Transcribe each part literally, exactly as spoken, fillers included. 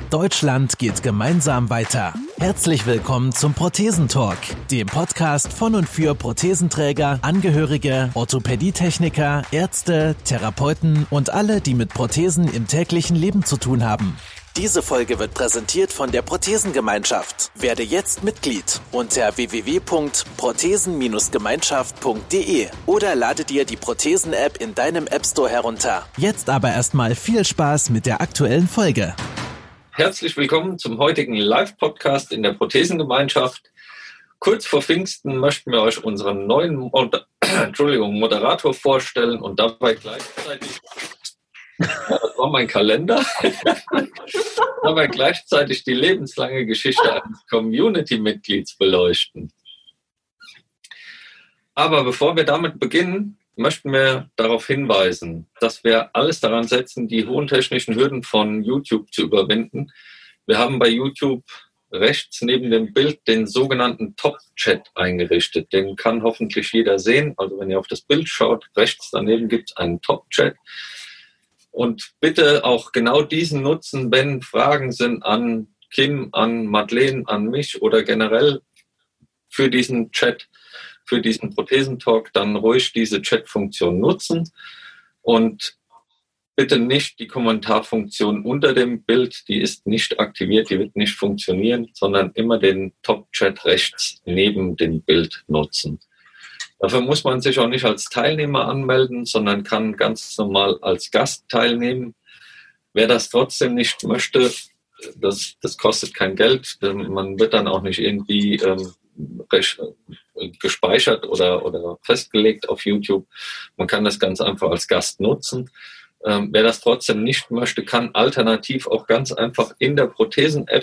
Deutschland geht gemeinsam weiter. Herzlich willkommen zum Prothesentalk, dem Podcast von und für Prothesenträger, Angehörige, Orthopädietechniker, Ärzte, Therapeuten und alle, die mit Prothesen im täglichen Leben zu tun haben. Diese Folge wird präsentiert von der Prothesengemeinschaft. Werde jetzt Mitglied unter w w w punkt prothesen gemeinschaft punkt d e oder lade dir die Prothesen-App in deinem App Store herunter. Jetzt aber erstmal viel Spaß mit der aktuellen Folge. Herzlich willkommen zum heutigen Live-Podcast in der Prothesengemeinschaft. Kurz vor Pfingsten möchten wir euch unseren neuen Mod- Entschuldigung, Moderator vorstellen und dabei gleichzeitig, ja, das war mein Kalender, dabei gleichzeitig die lebenslange Geschichte eines Community-Mitglieds beleuchten. Aber bevor wir damit beginnen, möchten wir darauf hinweisen, dass wir alles daran setzen, die hohen technischen Hürden von YouTube zu überwinden. Wir haben bei YouTube rechts neben dem Bild den sogenannten Top-Chat eingerichtet. Den kann hoffentlich jeder sehen. Also wenn ihr auf das Bild schaut, rechts daneben gibt es einen Top-Chat. Und bitte auch genau diesen nutzen, wenn Fragen sind an Kim, an Madeleine, an mich oder generell für diesen Chat, für diesen Prothesentalk, dann ruhig diese Chat-Funktion nutzen und bitte nicht die Kommentarfunktion unter dem Bild, die ist nicht aktiviert, die wird nicht funktionieren, sondern immer den Top-Chat rechts neben dem Bild nutzen. Dafür muss man sich auch nicht als Teilnehmer anmelden, sondern kann ganz normal als Gast teilnehmen. Wer das trotzdem nicht möchte, das, das kostet kein Geld. Man wird dann auch nicht irgendwie ähm, gespeichert oder, oder festgelegt auf YouTube. Man kann das ganz einfach als Gast nutzen. Ähm, wer das trotzdem nicht möchte, kann alternativ auch ganz einfach in der Prothesen-App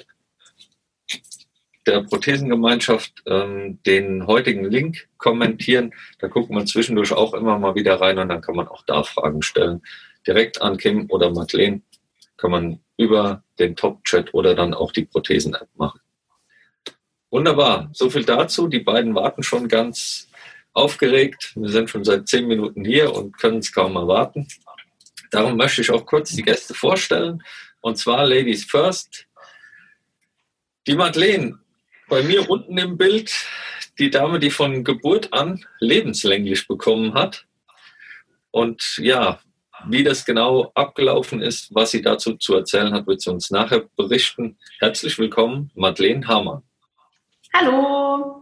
der Prothesengemeinschaft ähm, den heutigen Link kommentieren. Da gucken wir zwischendurch auch immer mal wieder rein und dann kann man auch da Fragen stellen. Direkt an Kim oder Madeleine kann man über den Top-Chat oder dann auch die Prothesen-App machen. Wunderbar, so viel dazu. Die beiden warten schon ganz aufgeregt. Wir sind schon seit zehn Minuten hier und können es kaum erwarten. Darum möchte ich auch kurz die Gäste vorstellen. Und zwar Ladies first. Die Madeleine, bei mir unten im Bild, die Dame, die von Geburt an lebenslänglich bekommen hat. Und ja, wie das genau abgelaufen ist, was sie dazu zu erzählen hat, wird sie uns nachher berichten. Herzlich willkommen, Madeleine Hamann. Hallo!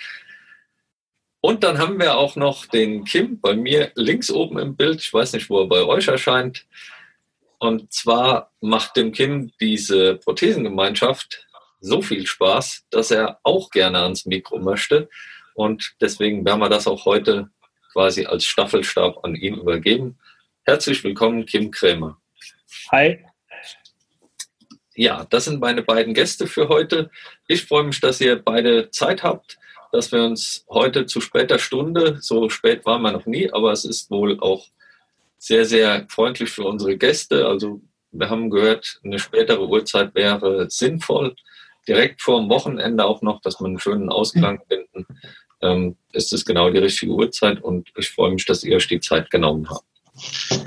Und dann haben wir auch noch den Kim bei mir links oben im Bild. Ich weiß nicht, wo er bei euch erscheint. Und zwar macht dem Kim diese Prothesengemeinschaft so viel Spaß, dass er auch gerne ans Mikro möchte. Und deswegen werden wir das auch heute quasi als Staffelstab an ihn übergeben. Herzlich willkommen, Kim Krämer. Hi. Ja, das sind meine beiden Gäste für heute. Ich freue mich, dass ihr beide Zeit habt, dass wir uns heute zu später Stunde, so spät waren wir noch nie, aber es ist wohl auch sehr, sehr freundlich für unsere Gäste. Also wir haben gehört, eine spätere Uhrzeit wäre sinnvoll. Direkt vor dem Wochenende auch noch, dass wir einen schönen Ausklang finden. Ähm, ist es genau die richtige Uhrzeit und ich freue mich, dass ihr euch die Zeit genommen habt.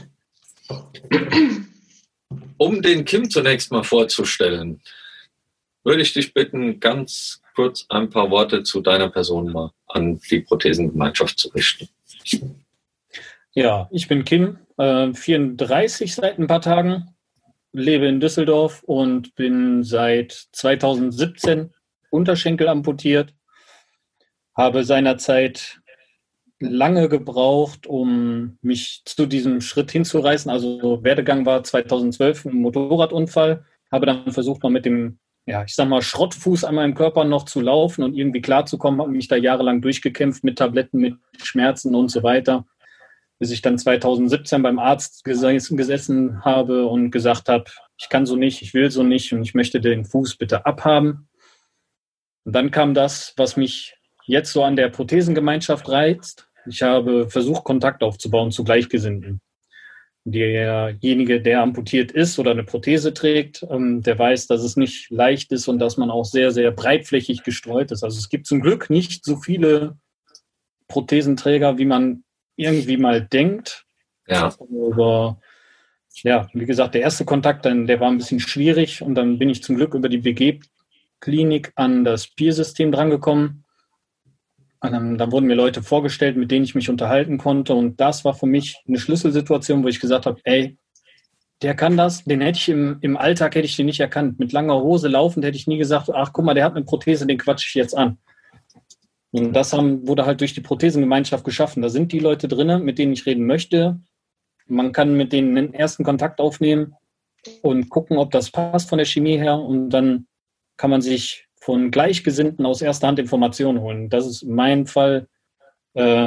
Um den Kim zunächst mal vorzustellen, würde ich dich bitten, ganz kurz ein paar Worte zu deiner Person mal an die Prothesengemeinschaft zu richten. Ja, ich bin Kim, äh, vierunddreißig seit ein paar Tagen, lebe in Düsseldorf und bin seit zweitausendsiebzehn Unterschenkel amputiert, habe seinerzeit lange gebraucht, um mich zu diesem Schritt hinzureißen. Also Werdegang war zweitausendzwölf ein Motorradunfall, habe dann versucht, mal mit dem, ja, ich sag mal, Schrottfuß an meinem Körper noch zu laufen und irgendwie klarzukommen, habe mich da jahrelang durchgekämpft mit Tabletten, mit Schmerzen und so weiter, bis ich dann zweitausendsiebzehn beim Arzt ges- gesessen habe und gesagt habe, ich kann so nicht, ich will so nicht und ich möchte den Fuß bitte abhaben. Und dann kam das, was mich jetzt so an der Prothesengemeinschaft reizt. Ich habe versucht, Kontakt aufzubauen zu Gleichgesinnten. Derjenige, der amputiert ist oder eine Prothese trägt, der weiß, dass es nicht leicht ist und dass man auch sehr, sehr breitflächig gestreut ist. Also es gibt zum Glück nicht so viele Prothesenträger, wie man irgendwie mal denkt. Ja. Aber ja, wie gesagt, der erste Kontakt, dann, der war ein bisschen schwierig und dann bin ich zum Glück über die B G-Klinik an das Peer-System drangekommen. Und dann, dann wurden mir Leute vorgestellt, mit denen ich mich unterhalten konnte und das war für mich eine Schlüsselsituation, wo ich gesagt habe, ey, der kann das, den hätte ich im, im Alltag hätte ich den nicht erkannt. Mit langer Hose laufend hätte ich nie gesagt, ach guck mal, der hat eine Prothese, den quatsche ich jetzt an. Und das haben, wurde halt durch die Prothesengemeinschaft geschaffen. Da sind die Leute drin, mit denen ich reden möchte. Man kann mit denen einen ersten Kontakt aufnehmen und gucken, ob das passt von der Chemie her. Und dann kann man sich von Gleichgesinnten aus erster Hand Informationen holen. Das ist in meinem Fall äh,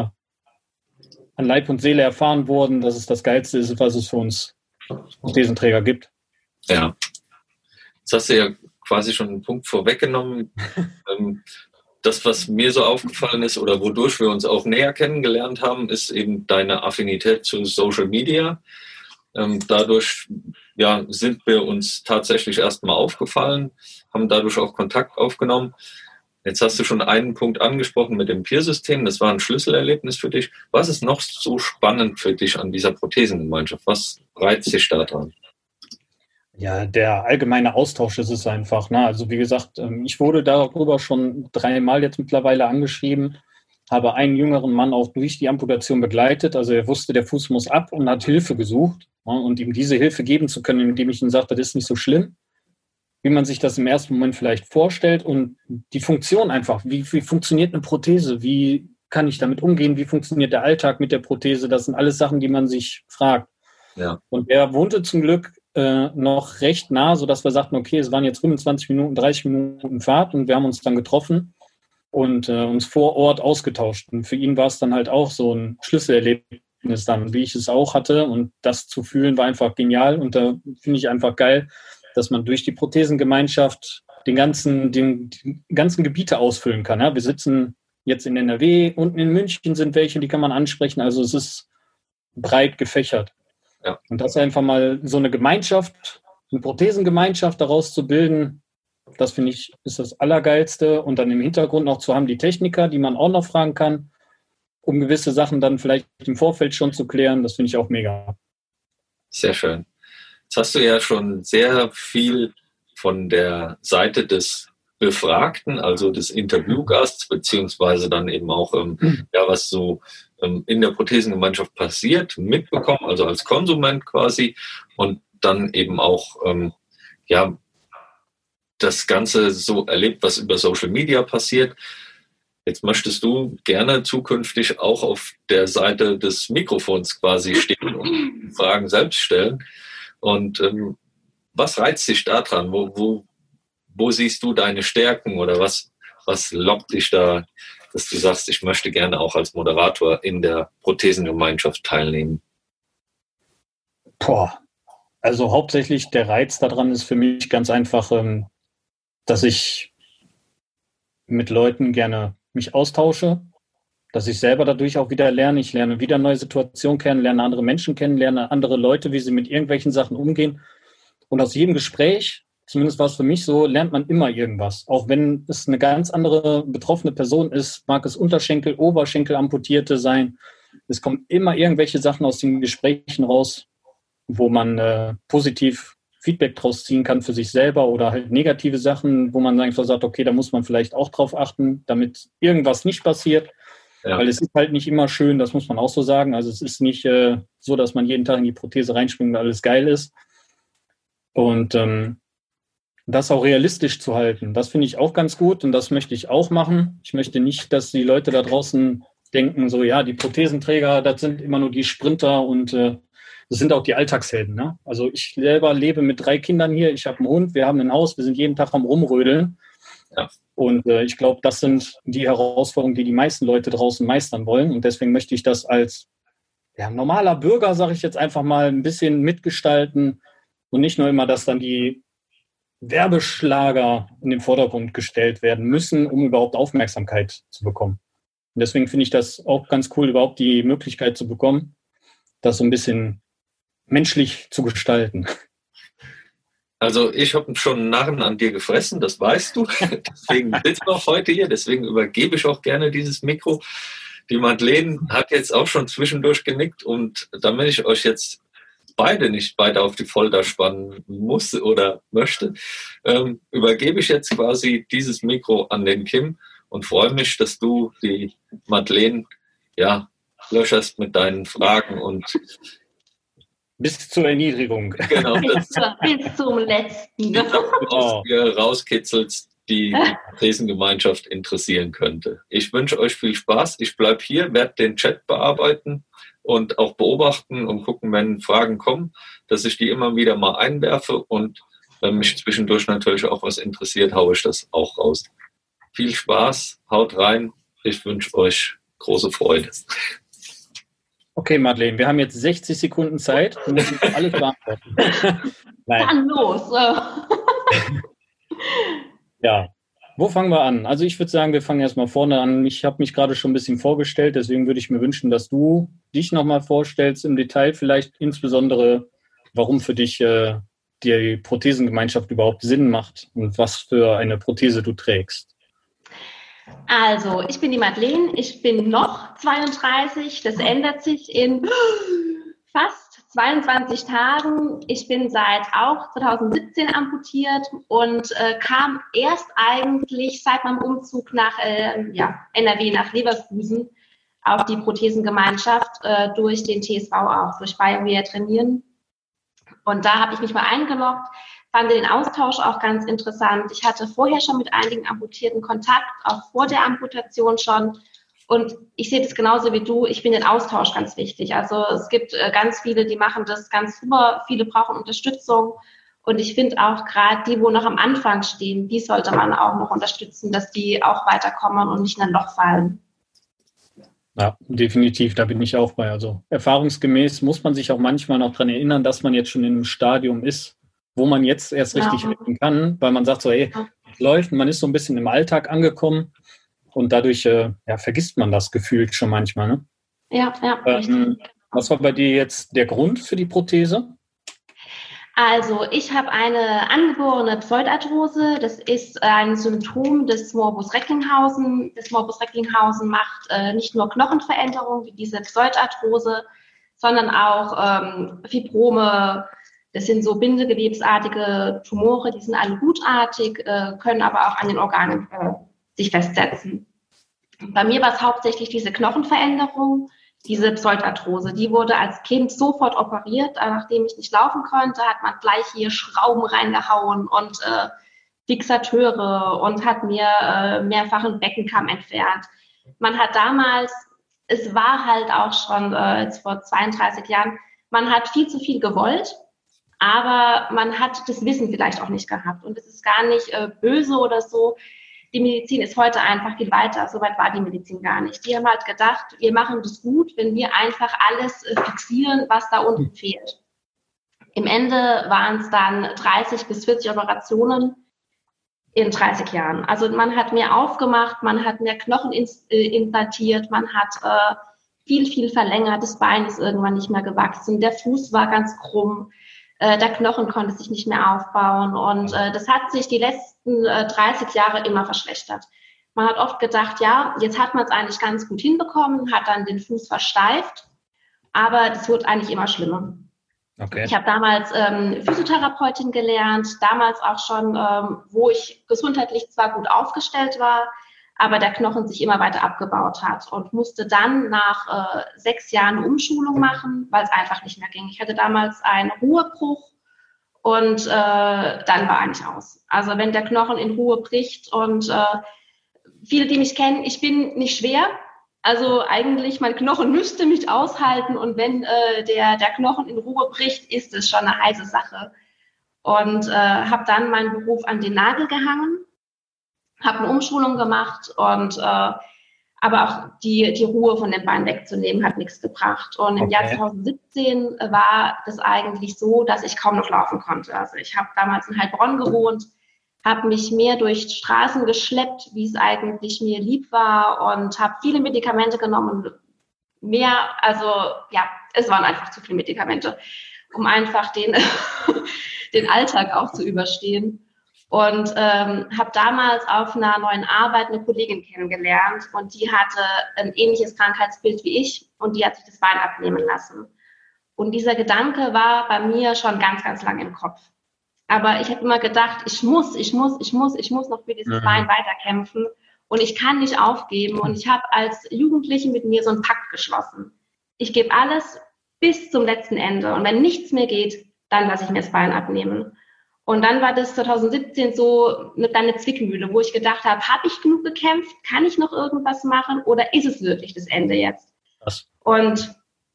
an Leib und Seele erfahren worden, dass es das Geilste ist, was es für uns Prothesenträger gibt. Ja, jetzt hast du ja quasi schon einen Punkt vorweggenommen. ähm, Das, was mir so aufgefallen ist oder wodurch wir uns auch näher kennengelernt haben, ist eben deine Affinität zu Social Media. Ähm, dadurch ja, sind wir uns tatsächlich erstmal aufgefallen, haben dadurch auch Kontakt aufgenommen. Jetzt hast du schon einen Punkt angesprochen mit dem Peer-System. Das war ein Schlüsselerlebnis für dich. Was ist noch so spannend für dich an dieser Prothesengemeinschaft? Was reizt dich daran? Ja, der allgemeine Austausch ist es einfach. Ne? Also wie gesagt, ich wurde darüber schon dreimal jetzt mittlerweile angeschrieben, habe einen jüngeren Mann auch durch die Amputation begleitet. Also er wusste, der Fuß muss ab und hat Hilfe gesucht. Ne? Und ihm diese Hilfe geben zu können, indem ich ihm sagte, das ist nicht so schlimm, wie man sich das im ersten Moment vielleicht vorstellt. Und die Funktion einfach, wie, wie funktioniert eine Prothese? Wie kann ich damit umgehen? Wie funktioniert der Alltag mit der Prothese? Das sind alles Sachen, die man sich fragt. Ja. Und er wohnte zum Glück äh, noch recht nah, sodass wir sagten, okay, es waren jetzt fünfundzwanzig Minuten, dreißig Minuten Fahrt und wir haben uns dann getroffen und äh, uns vor Ort ausgetauscht. Und für ihn war es dann halt auch so ein Schlüsselerlebnis dann, wie ich es auch hatte. Und das zu fühlen war einfach genial. Und da finde ich einfach geil, dass man durch die Prothesengemeinschaft den ganzen, den, die ganzen Gebiete ausfüllen kann. Ja? Wir sitzen jetzt in N R W, unten in München sind welche, die kann man ansprechen. Also es ist breit gefächert. Ja. Und das einfach mal so eine Gemeinschaft, eine Prothesengemeinschaft daraus zu bilden, das finde ich, ist das Allergeilste. Und dann im Hintergrund noch zu haben die Techniker, die man auch noch fragen kann, um gewisse Sachen dann vielleicht im Vorfeld schon zu klären, das finde ich auch mega. Sehr schön. Jetzt hast du ja schon sehr viel von der Seite des Befragten, also des Interviewgasts, beziehungsweise dann eben auch, ähm, ja, was so ähm, in der Prothesengemeinschaft passiert, mitbekommen, also als Konsument quasi, und dann eben auch, ähm, ja, das Ganze so erlebt, was über Social Media passiert. Jetzt möchtest du gerne zukünftig auch auf der Seite des Mikrofons quasi stehen und Fragen selbst stellen. Und ähm, was reizt dich daran? Wo, wo, wo siehst du deine Stärken oder was, was lockt dich da, dass du sagst, ich möchte gerne auch als Moderator in der Prothesengemeinschaft teilnehmen? Boah, also hauptsächlich der Reiz daran ist für mich ganz einfach, ähm, dass ich mit Leuten gerne mich austausche, dass ich selber dadurch auch wieder lerne. Ich lerne wieder neue Situationen kennen, lerne andere Menschen kennen, lerne andere Leute, wie sie mit irgendwelchen Sachen umgehen. Und aus jedem Gespräch, zumindest war es für mich so, lernt man immer irgendwas. Auch wenn es eine ganz andere betroffene Person ist, mag es Unterschenkel, Oberschenkel amputierte sein. Es kommen immer irgendwelche Sachen aus den Gesprächen raus, wo man äh, positiv Feedback draus ziehen kann für sich selber oder halt negative Sachen, wo man einfach sagt, okay, da muss man vielleicht auch drauf achten, damit irgendwas nicht passiert. Ja. Weil es ist halt nicht immer schön, das muss man auch so sagen. Also es ist nicht äh, so, dass man jeden Tag in die Prothese reinspringt und alles geil ist. Und ähm, das auch realistisch zu halten, das finde ich auch ganz gut und das möchte ich auch machen. Ich möchte nicht, dass die Leute da draußen denken, so ja, die Prothesenträger, das sind immer nur die Sprinter und äh, das sind auch die Alltagshelden. Ne? Also ich selber lebe mit drei Kindern hier, ich habe einen Hund, wir haben ein Haus, wir sind jeden Tag am Rumrödeln. Ja. Und äh, ich glaube, das sind die Herausforderungen, die die meisten Leute draußen meistern wollen. Und deswegen möchte ich das als ja, normaler Bürger, sage ich jetzt einfach mal, ein bisschen mitgestalten und nicht nur immer, dass dann die Werbeschlager in den Vordergrund gestellt werden müssen, um überhaupt Aufmerksamkeit zu bekommen. Und deswegen finde ich das auch ganz cool, überhaupt die Möglichkeit zu bekommen, das so ein bisschen menschlich zu gestalten. Also ich habe schon einen Narren an dir gefressen, das weißt du. Deswegen sitzen wir auch heute hier, deswegen übergebe ich auch gerne dieses Mikro. Die Madeleine hat jetzt auch schon zwischendurch genickt und damit ich euch jetzt beide nicht weiter auf die Folter spannen muss oder möchte, ähm, übergebe ich jetzt quasi dieses Mikro an den Kim und freue mich, dass du die Madeleine ja, löcherst mit deinen Fragen und bis zur Erniedrigung. Genau, bis, zur, bis zum letzten. Die aus dir rauskitzelst, die die Prothesengemeinschaft interessieren könnte. Ich wünsche euch viel Spaß. Ich bleibe hier, werde den Chat bearbeiten und auch beobachten und gucken, wenn Fragen kommen, dass ich die immer wieder mal einwerfe und wenn mich zwischendurch natürlich auch was interessiert, haue ich das auch raus. Viel Spaß, haut rein. Ich wünsche euch große Freude. Okay, Madeleine, wir haben jetzt sechzig Sekunden Zeit. Du musst alles beantworten. Nein. Dann los. Ja, wo fangen wir an? Also ich würde sagen, wir fangen erstmal vorne an. Ich habe mich gerade schon ein bisschen vorgestellt, deswegen würde ich mir wünschen, dass du dich nochmal vorstellst im Detail, vielleicht insbesondere, warum für dich äh, die Prothesengemeinschaft überhaupt Sinn macht und was für eine Prothese du trägst. Also, ich bin die Madeleine, ich bin noch zweiunddreißig, das ändert sich in fast zweiundzwanzig Tagen. Ich bin seit auch zweitausendsiebzehn amputiert und äh, kam erst eigentlich seit meinem Umzug nach äh, ja, N R W, nach Leverkusen, auf die Prothesengemeinschaft äh, durch den T S V auch, durch BioWare trainieren. Und da habe ich mich mal eingeloggt, fand den Austausch auch ganz interessant. Ich hatte vorher schon mit einigen Amputierten Kontakt, auch vor der Amputation schon. Und ich sehe das genauso wie du. Ich finde den Austausch ganz wichtig. Also es gibt äh, ganz viele, die machen das ganz super. Viele brauchen Unterstützung. Und ich finde auch gerade die, wo noch am Anfang stehen, die sollte man auch noch unterstützen, dass die auch weiterkommen und nicht in ein Loch fallen. Ja, definitiv, da bin ich auch bei. Also erfahrungsgemäß muss man sich auch manchmal noch daran erinnern, dass man jetzt schon in einem Stadium ist, wo man jetzt erst richtig Ja. helfen kann, weil man sagt so, hey, es läuft, man ist so ein bisschen im Alltag angekommen und dadurch äh, ja, vergisst man das gefühlt schon manchmal. Ne? Ja, ja. Ähm, was war bei dir jetzt der Grund für die Prothese? Also ich habe eine angeborene Pseudarthrose. Das ist ein Symptom des Morbus Recklinghausen. Das Morbus Recklinghausen macht äh, nicht nur Knochenveränderungen wie diese Pseudarthrose, sondern auch ähm, Fibrome. Das sind so bindegewebsartige Tumore, die sind alle gutartig, äh, können aber auch an den Organen äh, sich festsetzen. Bei mir war es hauptsächlich diese Knochenveränderung, diese Pseudarthrose. Die wurde als Kind sofort operiert. Nachdem ich nicht laufen konnte, hat man gleich hier Schrauben reingehauen und äh, Fixateure und hat mir äh, mehrfach einen Beckenkamm entfernt. Man hat damals, es war halt auch schon äh, jetzt vor zweiunddreißig Jahren, man hat viel zu viel gewollt. Aber man hat das Wissen vielleicht auch nicht gehabt. Und es ist gar nicht äh, böse oder so. Die Medizin ist heute einfach viel weiter. Soweit war die Medizin gar nicht. Die haben halt gedacht, wir machen das gut, wenn wir einfach alles äh, fixieren, was da unten fehlt. Im Ende waren es dann dreißig bis vierzig Operationen in dreißig Jahren. Also man hat mehr aufgemacht, man hat mehr Knochen ins, äh, implantiert, man hat äh, viel, viel verlängert. Das Bein ist irgendwann nicht mehr gewachsen. Der Fuß war ganz krumm. Der Knochen konnte sich nicht mehr aufbauen und äh, das hat sich die letzten äh, dreißig Jahre immer verschlechtert. Man hat oft gedacht, ja, jetzt hat man es eigentlich ganz gut hinbekommen, hat dann den Fuß versteift, aber das wird eigentlich immer schlimmer. Okay. Ich habe damals ähm, Physiotherapeutin gelernt, damals auch schon, ähm, wo ich gesundheitlich zwar gut aufgestellt war, aber der Knochen sich immer weiter abgebaut hat und musste dann nach äh, sechs Jahren eine Umschulung machen, weil es einfach nicht mehr ging. Ich hatte damals einen Ruhebruch und äh, dann war eigentlich aus. Also wenn der Knochen in Ruhe bricht und äh, viele, die mich kennen, ich bin nicht schwer. Also eigentlich, mein Knochen müsste mich aushalten und wenn äh, der, der Knochen in Ruhe bricht, ist es schon eine heiße Sache. Und äh, habe dann meinen Beruf an den Nagel gehangen. Habe eine Umschulung gemacht und äh, aber auch die, die Ruhe von dem Bein wegzunehmen, hat nichts gebracht. Und im okay. Jahr zweitausendsiebzehn war das eigentlich so, dass ich kaum noch laufen konnte. Also ich habe damals in Heilbronn gewohnt, habe mich mehr durch Straßen geschleppt, wie es eigentlich mir lieb war und habe viele Medikamente genommen. Mehr, also ja, es waren einfach zu viele Medikamente, um einfach den, den Alltag auch zu überstehen. Und ähm, habe damals auf einer neuen Arbeit eine Kollegin kennengelernt und die hatte ein ähnliches Krankheitsbild wie ich und die hat sich das Bein abnehmen lassen. Und dieser Gedanke war bei mir schon ganz, ganz lange im Kopf. Aber ich habe immer gedacht, ich muss, ich muss, ich muss, ich muss noch für dieses mhm. Bein weiterkämpfen und ich kann nicht aufgeben. Und ich habe als Jugendliche mit mir so einen Pakt geschlossen. Ich gebe alles bis zum letzten Ende. Und wenn nichts mehr geht, dann lasse ich mir das Bein abnehmen. Und dann war das zwanzig siebzehn so eine kleine Zwickmühle, wo ich gedacht habe, habe ich genug gekämpft? Kann ich noch irgendwas machen? Oder ist es wirklich das Ende jetzt? Was? Und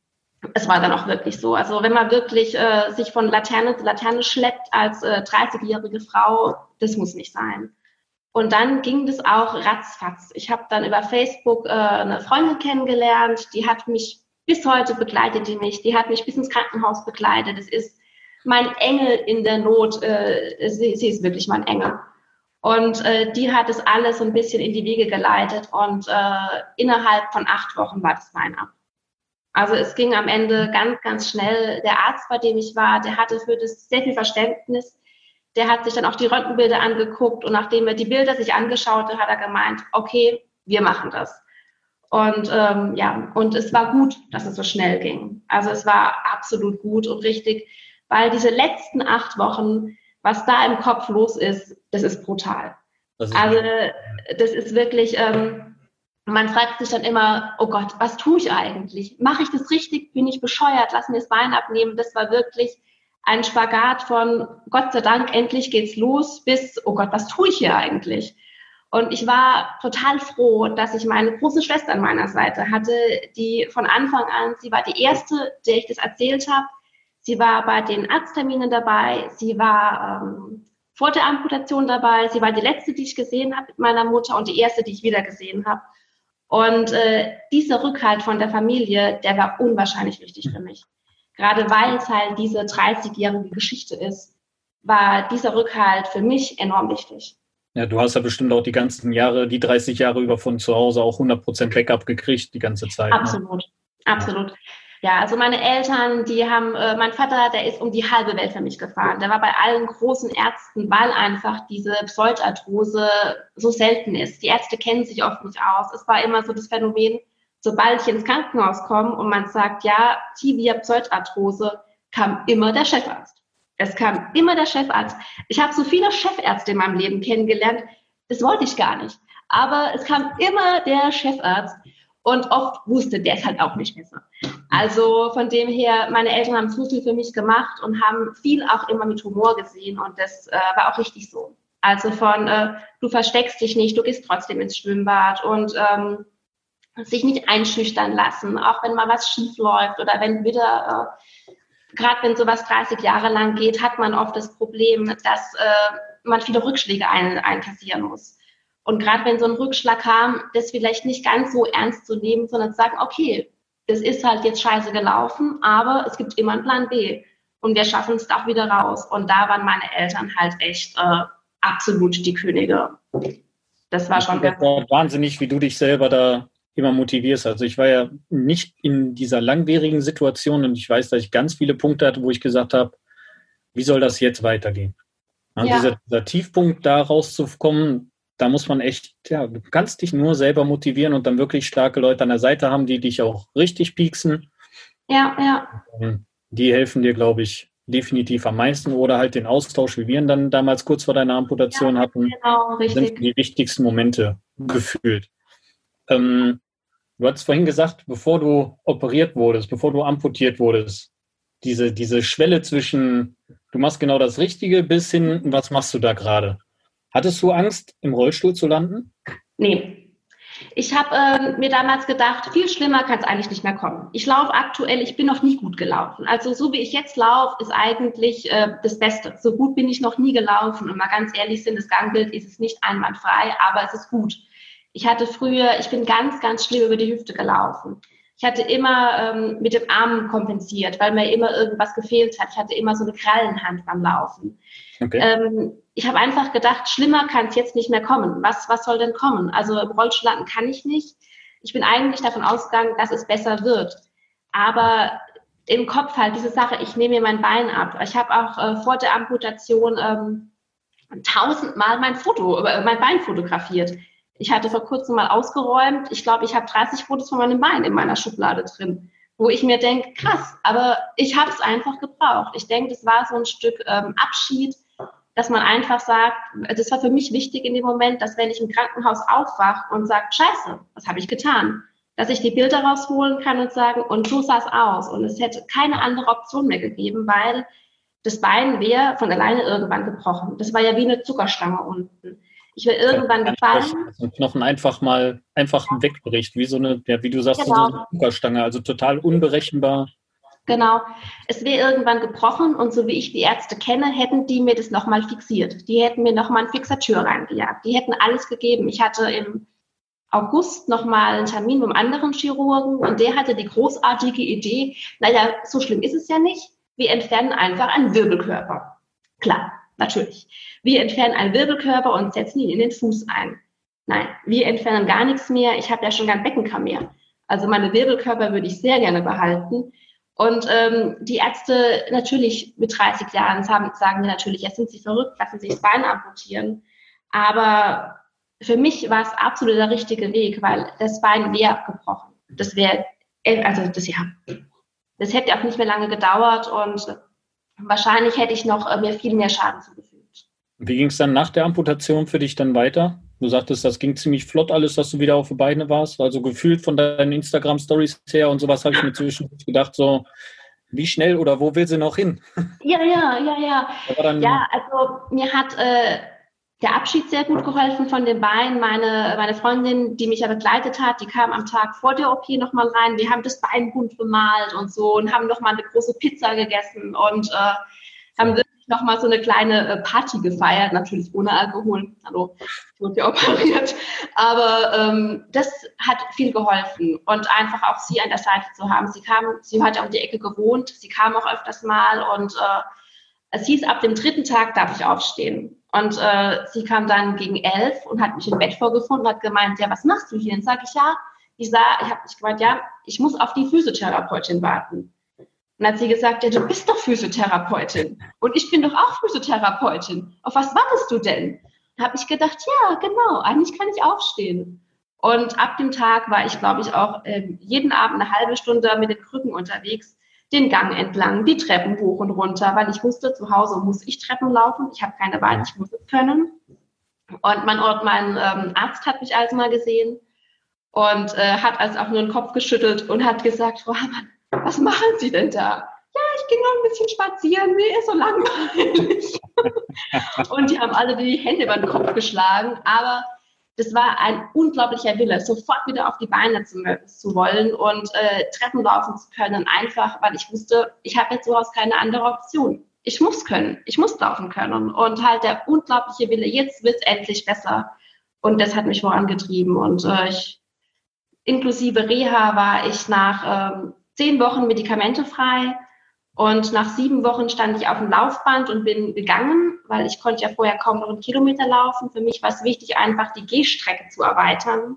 es war dann auch wirklich so. Also wenn man wirklich äh, sich von Laterne zu Laterne schleppt als äh, dreißigjährige Frau, das muss nicht sein. Und dann ging das auch ratzfatz. Ich habe dann über Facebook äh, eine Freundin kennengelernt, die hat mich bis heute begleitet, die mich, die hat mich bis ins Krankenhaus begleitet. Das ist mein Engel in der Not. Äh, sie, sie ist wirklich mein Engel. Und äh, die hat es alles so ein bisschen in die Wege geleitet und äh, innerhalb von acht Wochen war das Bein ab. Also es ging am Ende ganz, ganz schnell. Der Arzt, bei dem ich war, der hatte für das sehr viel Verständnis. Der hat sich dann auch die Röntgenbilder angeguckt und nachdem er die Bilder sich angeschaut hat, hat er gemeint, okay, wir machen das. Und ähm, ja, und es war gut, dass es so schnell ging. Also es war absolut gut und richtig, weil diese letzten acht Wochen, was da im Kopf los ist, das ist brutal. Das ist also das ist wirklich... Ähm, Man fragt sich dann immer, oh Gott, was tue ich eigentlich? Mache ich das richtig? Bin ich bescheuert? Lass mir das Bein abnehmen. Das war wirklich ein Spagat von Gott sei Dank, endlich geht's los, bis, oh Gott, was tue ich hier eigentlich? Und ich war total froh, dass ich meine große Schwester an meiner Seite hatte, die von Anfang an, sie war die erste, der ich das erzählt habe. Sie war bei den Arztterminen dabei. Sie war ähm, vor der Amputation dabei. Sie war die letzte, die ich gesehen habe mit meiner Mutter und die erste, die ich wieder gesehen habe. Und äh, dieser Rückhalt von der Familie, der war unwahrscheinlich wichtig für mich. Gerade weil es halt diese dreißigjährige Geschichte ist, war dieser Rückhalt für mich enorm wichtig. Ja, du hast ja bestimmt auch die ganzen Jahre, die dreißig Jahre über von zu Hause auch hundert Prozent Backup gekriegt, die ganze Zeit. Absolut, ne? Absolut. Ja, also meine Eltern, die haben, äh, mein Vater, der ist um die halbe Welt für mich gefahren. Der war bei allen großen Ärzten, weil einfach diese Pseudarthrose so selten ist. Die Ärzte kennen sich oft nicht aus. Es war immer so das Phänomen, sobald ich ins Krankenhaus komme und man sagt, ja, Tibia Pseudarthrose, kam immer der Chefarzt. Es kam immer der Chefarzt. Ich habe so viele Chefärzte in meinem Leben kennengelernt, das wollte ich gar nicht. Aber es kam immer der Chefarzt. Und oft wusste der es halt auch nicht besser. Also von dem her, meine Eltern haben so viel für mich gemacht und haben viel auch immer mit Humor gesehen. Und das äh, war auch richtig so. Also von, äh, du versteckst dich nicht, du gehst trotzdem ins Schwimmbad und ähm, sich nicht einschüchtern lassen, auch wenn mal was schief läuft oder wenn wieder, äh, gerade wenn sowas dreißig Jahre lang geht, hat man oft das Problem, dass äh, man viele Rückschläge ein, einkassieren muss. Und gerade wenn so ein Rückschlag kam, das vielleicht nicht ganz so ernst zu nehmen, sondern zu sagen, okay, das ist halt jetzt scheiße gelaufen, aber es gibt immer einen Plan B und wir schaffen es auch wieder raus. Und da waren meine Eltern halt echt äh, absolut die Könige. Das war schon ganz... Wahnsinnig, wie du dich selber da immer motivierst. Also ich war ja nicht in dieser langwierigen Situation und ich weiß, dass ich ganz viele Punkte hatte, wo ich gesagt habe, wie soll das jetzt weitergehen? Ja. Dieser, dieser Tiefpunkt, da rauszukommen, da muss man echt, ja, du kannst dich nur selber motivieren und dann wirklich starke Leute an der Seite haben, die dich auch richtig pieksen. Ja, ja. Die helfen dir, glaube ich, definitiv am meisten. Oder halt den Austausch, wie wir ihn dann damals kurz vor deiner Amputation ja, hatten. Genau, richtig. Sind die wichtigsten Momente gefühlt. Ähm, du hattest vorhin gesagt, bevor du operiert wurdest, bevor du amputiert wurdest, diese, diese Schwelle zwischen, du machst genau das Richtige, bis hin, was machst du da gerade? Hattest du Angst, im Rollstuhl zu landen? Nee. Ich habe äh, mir damals gedacht, viel schlimmer kann es eigentlich nicht mehr kommen. Ich laufe aktuell, ich bin noch nie gut gelaufen. Also so wie ich jetzt laufe, ist eigentlich äh, das Beste. So gut bin ich noch nie gelaufen. Und mal ganz ehrlich sind, das Gangbild ist es nicht einwandfrei, aber es ist gut. Ich hatte früher, ich bin ganz, ganz schlimm über die Hüfte gelaufen. Ich hatte immer ähm, mit dem Arm kompensiert, weil mir immer irgendwas gefehlt hat. Ich hatte immer so eine Krallenhand beim Laufen. Okay. Ähm, ich habe einfach gedacht, schlimmer kann es jetzt nicht mehr kommen. Was, was soll denn kommen? Also im Rollstuhl landen kann ich nicht. Ich bin eigentlich davon ausgegangen, dass es besser wird. Aber im Kopf halt diese Sache, ich nehme mir mein Bein ab. Ich habe auch äh, vor der Amputation ähm, tausendmal mein Foto, äh, mein Bein fotografiert. Ich hatte vor kurzem mal ausgeräumt. Ich glaube, ich habe dreißig Fotos von meinem Bein in meiner Schublade drin, wo ich mir denke, krass, aber ich habe es einfach gebraucht. Ich denke, das war so ein Stück ähm, Abschied, dass man einfach sagt, das war für mich wichtig in dem Moment, dass wenn ich im Krankenhaus aufwache und sage, scheiße, was habe ich getan? Dass ich die Bilder rausholen kann und sagen, und so sah es aus. Und es hätte keine andere Option mehr gegeben, weil das Bein wäre von alleine irgendwann gebrochen. Das war ja wie eine Zuckerstange unten. Ich wäre irgendwann gefallen. Dass ein Knochen einfach mal einfach wegbricht, wie so eine, ja, wie du sagst, Genau. so eine Zuckerstange, also total unberechenbar. Genau. Es wäre irgendwann gebrochen und so wie ich die Ärzte kenne, hätten die mir das nochmal fixiert. Die hätten mir nochmal einen Fixateur reingejagt. Die hätten alles gegeben. Ich hatte im August nochmal einen Termin mit einem anderen Chirurgen und der hatte die großartige Idee, naja, so schlimm ist es ja nicht. Wir entfernen einfach einen Wirbelkörper. Klar, natürlich. Wir entfernen einen Wirbelkörper und setzen ihn in den Fuß ein. Nein, wir entfernen gar nichts mehr. Ich habe ja schon kein Beckenkamm mehr. Also meine Wirbelkörper würde ich sehr gerne behalten. Und ähm, die Ärzte natürlich mit dreißig Jahren sagen, sagen mir natürlich, jetzt sind sie verrückt, lassen sie das Bein amputieren. Aber für mich war es absolut der richtige Weg, weil das Bein wäre gebrochen. Das wäre, also das ja, das hätte auch nicht mehr lange gedauert und wahrscheinlich hätte ich noch äh, mir viel mehr Schaden zugefügt. Wie ging es dann nach der Amputation für dich dann weiter? Du sagtest, das ging ziemlich flott alles, dass du wieder auf die Beine warst. Also gefühlt von deinen Instagram-Stories her und sowas habe ich mir zwischendurch gedacht, so wie schnell oder wo will sie noch hin? Ja, ja, ja, ja. Dann, ja, also mir hat äh, der Abschied sehr gut geholfen von den Beinen. Meine, meine Freundin, die mich ja begleitet hat, die kam am Tag vor der O P nochmal rein. Wir haben das Bein bunt bemalt und so und haben nochmal eine große Pizza gegessen und äh, haben wirklich nochmal so eine kleine äh, Party gefeiert, natürlich ohne Alkohol. Hallo, ich wurde ja operiert. Aber ähm, das hat viel geholfen und einfach auch sie an der Seite zu haben. Sie kam, sie hat um die Ecke gewohnt, sie kam auch öfters mal und äh, es hieß, ab dem dritten Tag darf ich aufstehen. Und äh, sie kam dann gegen elf und hat mich im Bett vorgefunden und hat gemeint, ja, was machst du hier? Und sage ich, ja, ich, sah, ich habe mich gemeint, ja, ich muss auf die Physiotherapeutin warten. Und dann hat sie gesagt, ja, du bist doch Physiotherapeutin. Und ich bin doch auch Physiotherapeutin. Auf was wartest du denn? Da habe ich gedacht, ja, genau, eigentlich kann ich aufstehen. Und ab dem Tag war ich, glaube ich, auch äh, jeden Abend eine halbe Stunde mit den Krücken unterwegs, den Gang entlang, die Treppen hoch und runter, weil ich wusste, zu Hause muss ich Treppen laufen. Ich habe keine Wahl, ich muss es können. Und mein, mein ähm, Arzt hat mich also mal gesehen und äh, hat also auch nur den Kopf geschüttelt und hat gesagt, Frau Hamann, was machen Sie denn da? Ja, ich ging noch ein bisschen spazieren, mir ist so langweilig. Und die haben alle die Hände über den Kopf geschlagen, aber das war ein unglaublicher Wille, sofort wieder auf die Beine zu, zu wollen und äh, Treppen laufen zu können, einfach, weil ich wusste, ich habe jetzt so keine andere Option. Ich muss können, ich muss laufen können und halt der unglaubliche Wille, jetzt wird es endlich besser und das hat mich vorangetrieben und äh, ich, inklusive Reha war ich nach ähm, zehn Wochen medikamentefrei und nach sieben Wochen stand ich auf dem Laufband und bin gegangen, weil ich konnte ja vorher kaum noch einen Kilometer laufen. Für mich war es wichtig, einfach die Gehstrecke zu erweitern.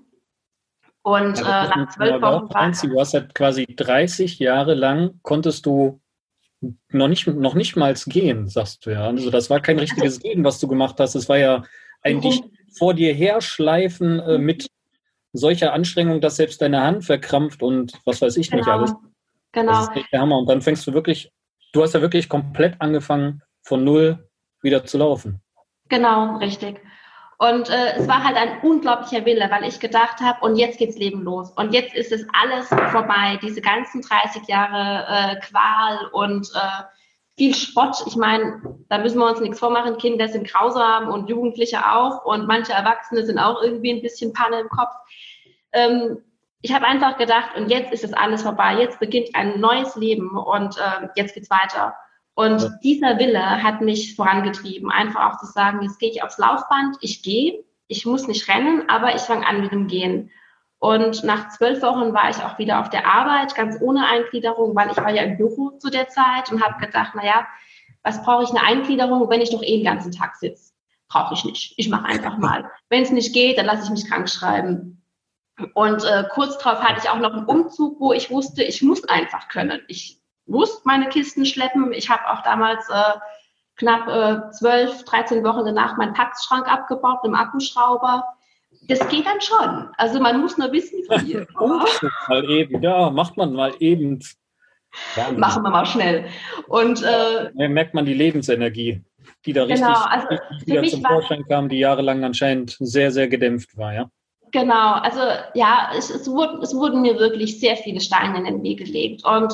Und ja, äh, nach zwölf Wochen war es. Du hast halt quasi dreißig Jahre lang konntest du noch nicht, noch nicht mal gehen, sagst du ja. Also das war kein richtiges also, Gehen, was du gemacht hast. Es war ja eigentlich mhm. vor dir herschleifen äh, mit solcher Anstrengung, dass selbst deine Hand verkrampft und was weiß ich genau. nicht alles. Genau. Das ist echt der Hammer. Und dann fängst du wirklich, du hast ja wirklich komplett angefangen, von null wieder zu laufen. Genau, richtig. Und äh, es war halt ein unglaublicher Wille, weil ich gedacht habe, und jetzt geht's Leben los. Und jetzt ist es alles vorbei. Diese ganzen dreißig Jahre äh, Qual und äh, viel Spott. Ich meine, da müssen wir uns nichts vormachen. Kinder sind grausam und Jugendliche auch. Und manche Erwachsene sind auch irgendwie ein bisschen Panne im Kopf. Ähm, Ich habe einfach gedacht, und jetzt ist es alles vorbei, jetzt beginnt ein neues Leben und äh, jetzt geht's weiter. Und ja. dieser Wille hat mich vorangetrieben, einfach auch zu sagen, jetzt gehe ich aufs Laufband, ich gehe, ich muss nicht rennen, aber ich fange an mit dem Gehen. Und nach zwölf Wochen war ich auch wieder auf der Arbeit, ganz ohne Eingliederung, weil ich war ja im Büro zu der Zeit und habe gedacht, naja, was brauche ich eine Eingliederung, wenn ich doch eh den ganzen Tag sitze? Brauche ich nicht, ich mache einfach mal. Wenn es nicht geht, dann lasse ich mich krank schreiben. Und äh, kurz darauf hatte ich auch noch einen Umzug, wo ich wusste, ich muss einfach können. Ich muss meine Kisten schleppen. Ich habe auch damals äh, knapp äh, zwölf, dreizehn Wochen danach meinen Packschrank abgebaut mit dem Akkuschrauber, Das geht dann schon. Also man muss nur wissen, wie. mal eben, ja, macht man mal eben. Ja, machen wir mal schnell. Und äh, ja, merkt man die Lebensenergie, die da richtig, genau, also richtig wieder zum Vorschein kam, die jahrelang anscheinend sehr, sehr gedämpft war, ja? Genau, also ja, es, es, wurden, es wurden mir wirklich sehr viele Steine in den Weg gelegt. Und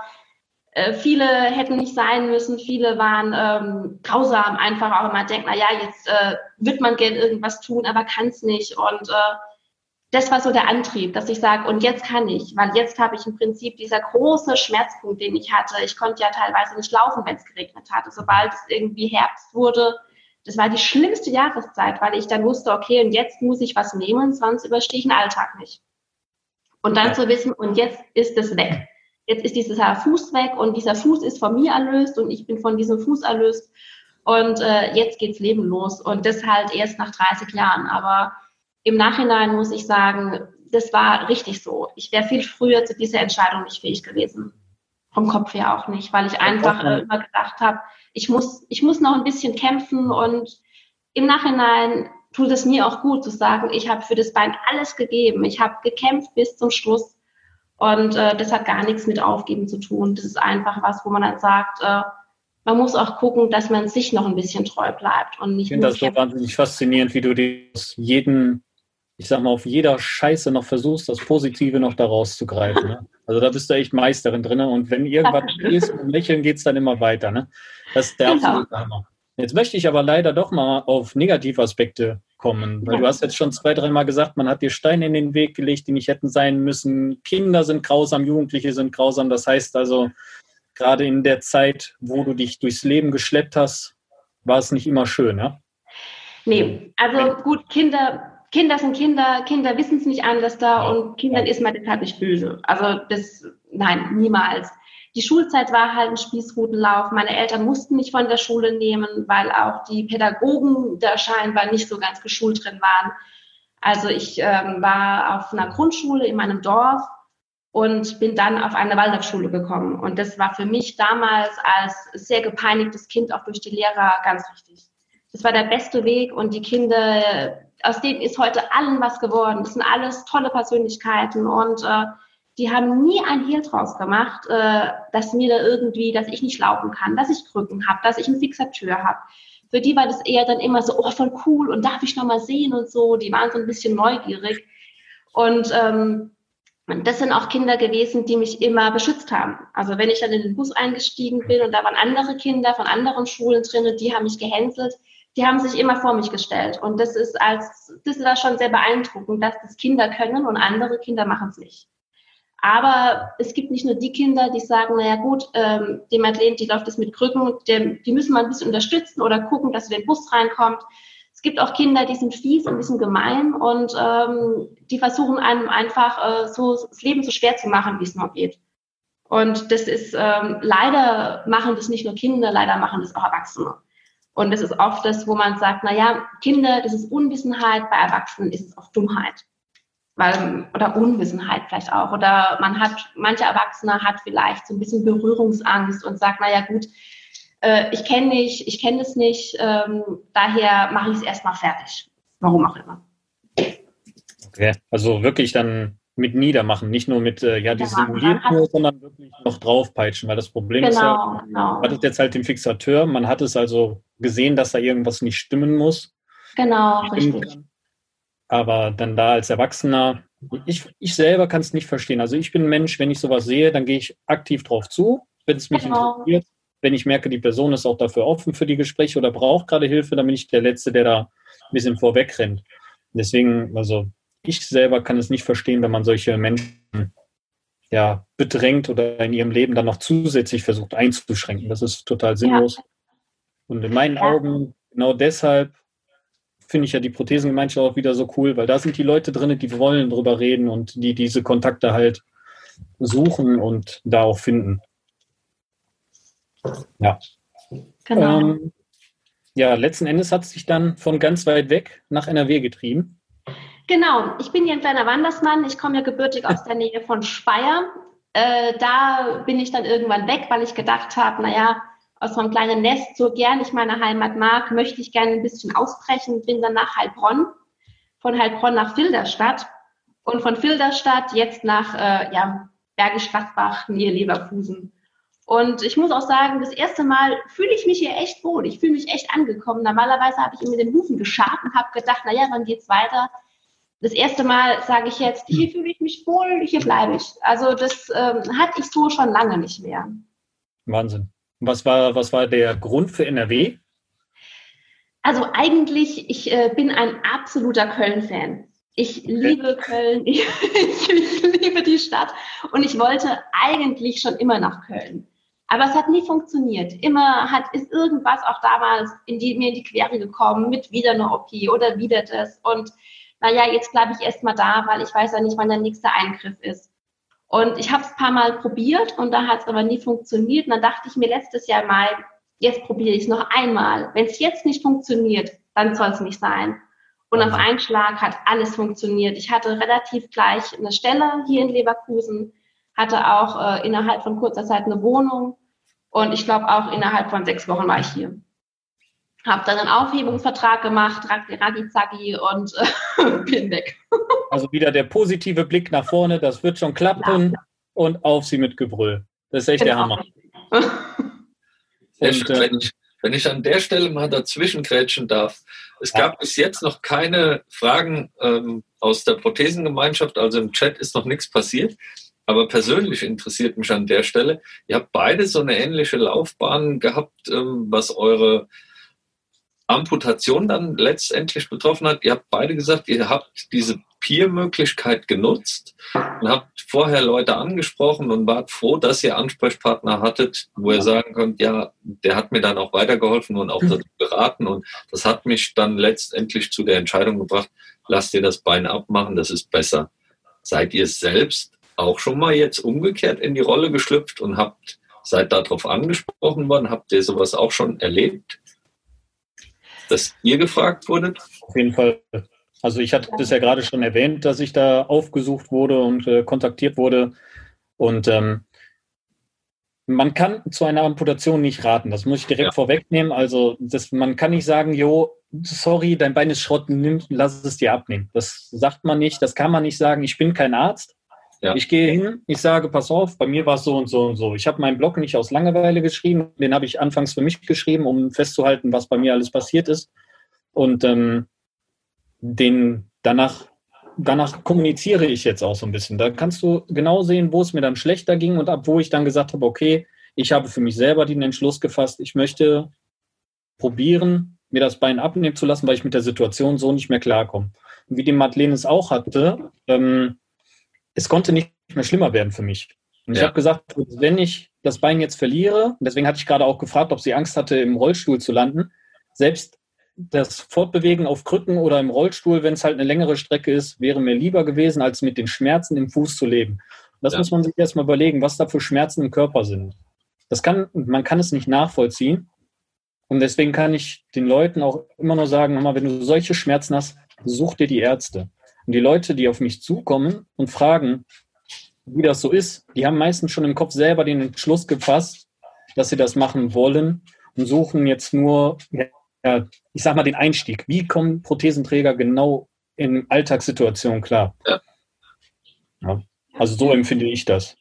äh, viele hätten nicht sein müssen, viele waren ähm, grausam, einfach auch immer denkt, na ja, jetzt äh, wird man gerne irgendwas tun, aber kann es nicht. Und äh, das war so der Antrieb, dass ich sage, und jetzt kann ich, weil jetzt habe ich im Prinzip dieser große Schmerzpunkt, den ich hatte. Ich konnte ja teilweise nicht laufen, wenn es geregnet hatte. Sobald es irgendwie Herbst wurde, das war die schlimmste Jahreszeit, weil ich dann wusste, okay, und jetzt muss ich was nehmen, sonst überstehe ich den Alltag nicht. Und dann zu wissen, und jetzt ist es weg. Jetzt ist dieser Fuß weg und dieser Fuß ist von mir erlöst und ich bin von diesem Fuß erlöst. Und äh, jetzt geht's Leben los. Und das halt erst nach dreißig Jahren. Aber im Nachhinein muss ich sagen, das war richtig so. Ich wäre viel früher zu dieser Entscheidung nicht fähig gewesen. Vom Kopf her auch nicht, weil ich einfach äh, immer gedacht habe, ich muss, ich muss noch ein bisschen kämpfen und im Nachhinein tut es mir auch gut zu sagen, ich habe für das Bein alles gegeben. Ich habe gekämpft bis zum Schluss und äh, das hat gar nichts mit Aufgeben zu tun. Das ist einfach was, wo man dann sagt, äh, man muss auch gucken, dass man sich noch ein bisschen treu bleibt. Und nicht ich finde das so wahnsinnig faszinierend, wie du dir aus jedem, ich sag mal, auf jeder Scheiße noch versuchst, das Positive noch da rauszugreifen. Ne? Also da bist du echt Meisterin drin. Ne? Und wenn irgendwas ist, mit Lächeln geht es dann immer weiter. Ne? Das ist der genau. absolute Hammer. Jetzt möchte ich aber leider doch mal auf Negativaspekte kommen. Weil ja. Du hast jetzt schon zwei, dreimal gesagt, man hat dir Steine in den Weg gelegt, die nicht hätten sein müssen. Kinder sind grausam, Jugendliche sind grausam. Das heißt also, gerade in der Zeit, wo du dich durchs Leben geschleppt hast, war es nicht immer schön, ja? Nee, also gut, Kinder... Kinder sind Kinder, Kinder wissen es nicht anders da ja. Und Kindern ist man deshalb nicht böse. Also das, nein, niemals. Die Schulzeit war halt ein Spießrutenlauf. Meine Eltern mussten mich von der Schule nehmen, weil auch die Pädagogen da scheinbar nicht so ganz geschult drin waren. Also ich ähm, war auf einer Grundschule in meinem Dorf und bin dann auf eine Waldorfschule gekommen. Und das war für mich damals als sehr gepeinigtes Kind auch durch die Lehrer ganz wichtig. Das war der beste Weg und die Kinder... Aus denen ist heute allen was geworden. Das sind alles tolle Persönlichkeiten und äh, die haben nie ein Hehl draus gemacht, äh, dass mir da irgendwie, dass ich nicht laufen kann, dass ich Krücken habe, dass ich einen Fixateur habe. Für die war das eher dann immer so, oh, voll cool und darf ich noch mal sehen und so. Die waren so ein bisschen neugierig. Und ähm, das sind auch Kinder gewesen, die mich immer beschützt haben. Also wenn ich dann in den Bus eingestiegen bin und da waren andere Kinder von anderen Schulen drin, die haben mich gehänselt. Die haben sich immer vor mich gestellt. Und das ist als, das war schon sehr beeindruckend, dass das Kinder können und andere Kinder machen es nicht. Aber es gibt nicht nur die Kinder, die sagen, naja gut, ähm, die Madeleine, die läuft jetzt mit Krücken, die, die müssen wir ein bisschen unterstützen oder gucken, dass in den Bus reinkommt. Es gibt auch Kinder, die sind fies und ein bisschen gemein und ähm, die versuchen einem einfach äh, so das Leben so schwer zu machen, wie es nur geht. Und das ist, ähm, leider machen das nicht nur Kinder, leider machen das auch Erwachsene. Und das ist oft das, wo man sagt, na ja, Kinder, das ist Unwissenheit, bei Erwachsenen ist es oft Dummheit. Weil, oder Unwissenheit vielleicht auch. Oder man hat, manche Erwachsene hat vielleicht so ein bisschen Berührungsangst und sagt, na ja gut, äh, ich kenne nicht, ich kenne es nicht, ähm, daher mache ich es erstmal fertig. Warum auch immer. Okay, also wirklich dann mit niedermachen, nicht nur mit, äh, ja, die ja, simuliert nur, sondern wirklich noch draufpeitschen, weil das Problem genau, ist ja, genau. Man hat jetzt halt den Fixateur, man hat es also gesehen, dass da irgendwas nicht stimmen muss. Genau, richtig. Kann. Aber dann da als Erwachsener, ich, ich selber kann es nicht verstehen. Also ich bin ein Mensch, wenn ich sowas sehe, dann gehe ich aktiv drauf zu, wenn es mich genau. interessiert. Wenn ich merke, die Person ist auch dafür offen für die Gespräche oder braucht gerade Hilfe, dann bin ich der Letzte, der da ein bisschen vorweg rennt. Deswegen, also ich selber kann es nicht verstehen, wenn man solche Menschen ja, bedrängt oder in ihrem Leben dann noch zusätzlich versucht einzuschränken. Das ist total sinnlos. Ja. Und in meinen ja. Augen, genau deshalb finde ich ja die Prothesengemeinschaft auch wieder so cool, weil da sind die Leute drin, die wollen drüber reden und die diese Kontakte halt suchen und da auch finden. Ja. Genau. Ähm, ja, letzten Endes hat es sich dann von ganz weit weg nach N R W getrieben. Genau, ich bin hier ein kleiner Wandersmann. Ich komme ja gebürtig aus der Nähe von Speyer. Äh, da bin ich dann irgendwann weg, weil ich gedacht habe, naja, aus meinem kleinen Nest, so gern ich meine Heimat mag, möchte ich gerne ein bisschen ausbrechen. Bin dann nach Heilbronn. von Heilbronn nach Filderstadt und von Filderstadt jetzt nach äh, ja, Bergisch Gladbach, Nähe Leverkusen. Und ich muss auch sagen, das erste Mal fühle ich mich hier echt wohl. Ich fühle mich echt angekommen. Normalerweise habe ich immer den Hufen geschart und habe gedacht, naja, wann geht's weiter? Das erste Mal sage ich jetzt, hier fühle ich mich wohl, hier bleibe ich. Also das ähm, hatte ich so schon lange nicht mehr. Wahnsinn. Was war, was war der Grund für N R W? Also eigentlich, ich äh, bin ein absoluter Köln-Fan. Ich liebe Köln, ich, ich liebe die Stadt und ich wollte eigentlich schon immer nach Köln. Aber es hat nie funktioniert. Immer hat, ist irgendwas auch damals in die, mir in die Quere gekommen mit wieder eine O P oder wieder das. Und naja, jetzt bleibe ich erst mal da, weil ich weiß ja nicht, wann der nächste Eingriff ist. Und ich habe es ein paar Mal probiert und da hat es aber nie funktioniert. Und dann dachte ich mir letztes Jahr mal, jetzt probiere ich es noch einmal. Wenn es jetzt nicht funktioniert, dann soll es nicht sein. Und auf einen Schlag hat alles funktioniert. Ich hatte relativ gleich eine Stelle hier in Leverkusen, hatte auch äh, innerhalb von kurzer Zeit eine Wohnung und ich glaube auch innerhalb von sechs Wochen war ich hier. Habe dann einen Aufhebungsvertrag gemacht, raggi zacki und äh, bin weg. Also wieder der positive Blick nach vorne, das wird schon klappen ja. Und auf sie mit Gebrüll. Das ist echt genau. Der Hammer. Und, äh, wenn, ich, wenn ich an der Stelle mal dazwischen grätschen darf, es ja. gab bis jetzt noch keine Fragen ähm, aus der Prothesengemeinschaft, also im Chat ist noch nichts passiert. Aber persönlich interessiert mich an der Stelle, ihr habt beide so eine ähnliche Laufbahn gehabt, ähm, was eure Amputation dann letztendlich betroffen hat. Ihr habt beide gesagt, ihr habt diese Peer-Möglichkeit genutzt und habt vorher Leute angesprochen und wart froh, dass ihr Ansprechpartner hattet, wo ihr sagen könnt, ja, der hat mir dann auch weitergeholfen und auch dazu beraten und das hat mich dann letztendlich zu der Entscheidung gebracht, lasst ihr das Bein abmachen, das ist besser. Seid ihr selbst auch schon mal jetzt umgekehrt in die Rolle geschlüpft und habt, seid darauf angesprochen worden, habt ihr sowas auch schon erlebt, dass ihr gefragt wurdet? Auf jeden Fall. Also ich hatte das ja gerade schon erwähnt, dass ich da aufgesucht wurde und äh, kontaktiert wurde und ähm, man kann zu einer Amputation nicht raten, das muss ich direkt ja. vorwegnehmen, also das, man kann nicht sagen, jo, sorry, dein Bein ist Schrott, nimm, lass es dir abnehmen. Das sagt man nicht, das kann man nicht sagen, ich bin kein Arzt. Ja. Ich gehe hin, ich sage, pass auf, bei mir war es so und so und so. Ich habe meinen Blog nicht aus Langeweile geschrieben, den habe ich anfangs für mich geschrieben, um festzuhalten, was bei mir alles passiert ist. Und ähm, den danach, danach kommuniziere ich jetzt auch so ein bisschen. Da kannst du genau sehen, wo es mir dann schlechter ging und ab wo ich dann gesagt habe, okay, ich habe für mich selber den Entschluss gefasst, ich möchte probieren, mir das Bein abnehmen zu lassen, weil ich mit der Situation so nicht mehr klarkomme. Und wie die Madeleine es auch hatte, ähm, es konnte nicht mehr schlimmer werden für mich. Und ich ja. habe gesagt, wenn ich das Bein jetzt verliere, und deswegen hatte ich gerade auch gefragt, ob sie Angst hatte, im Rollstuhl zu landen, selbst das Fortbewegen auf Krücken oder im Rollstuhl, wenn es halt eine längere Strecke ist, wäre mir lieber gewesen, als mit den Schmerzen im Fuß zu leben. Und das ja. muss man sich erstmal überlegen, was da für Schmerzen im Körper sind. Das kann, man kann es nicht nachvollziehen. Und deswegen kann ich den Leuten auch immer nur sagen, wenn du solche Schmerzen hast, such dir die Ärzte. Und die Leute, die auf mich zukommen und fragen, wie das so ist, die haben meistens schon im Kopf selber den Entschluss gefasst, dass sie das machen wollen und suchen jetzt nur, ja, ich sag mal, den Einstieg. Wie kommen Prothesenträger genau in Alltagssituationen klar? Ja. Ja, also so empfinde ich das.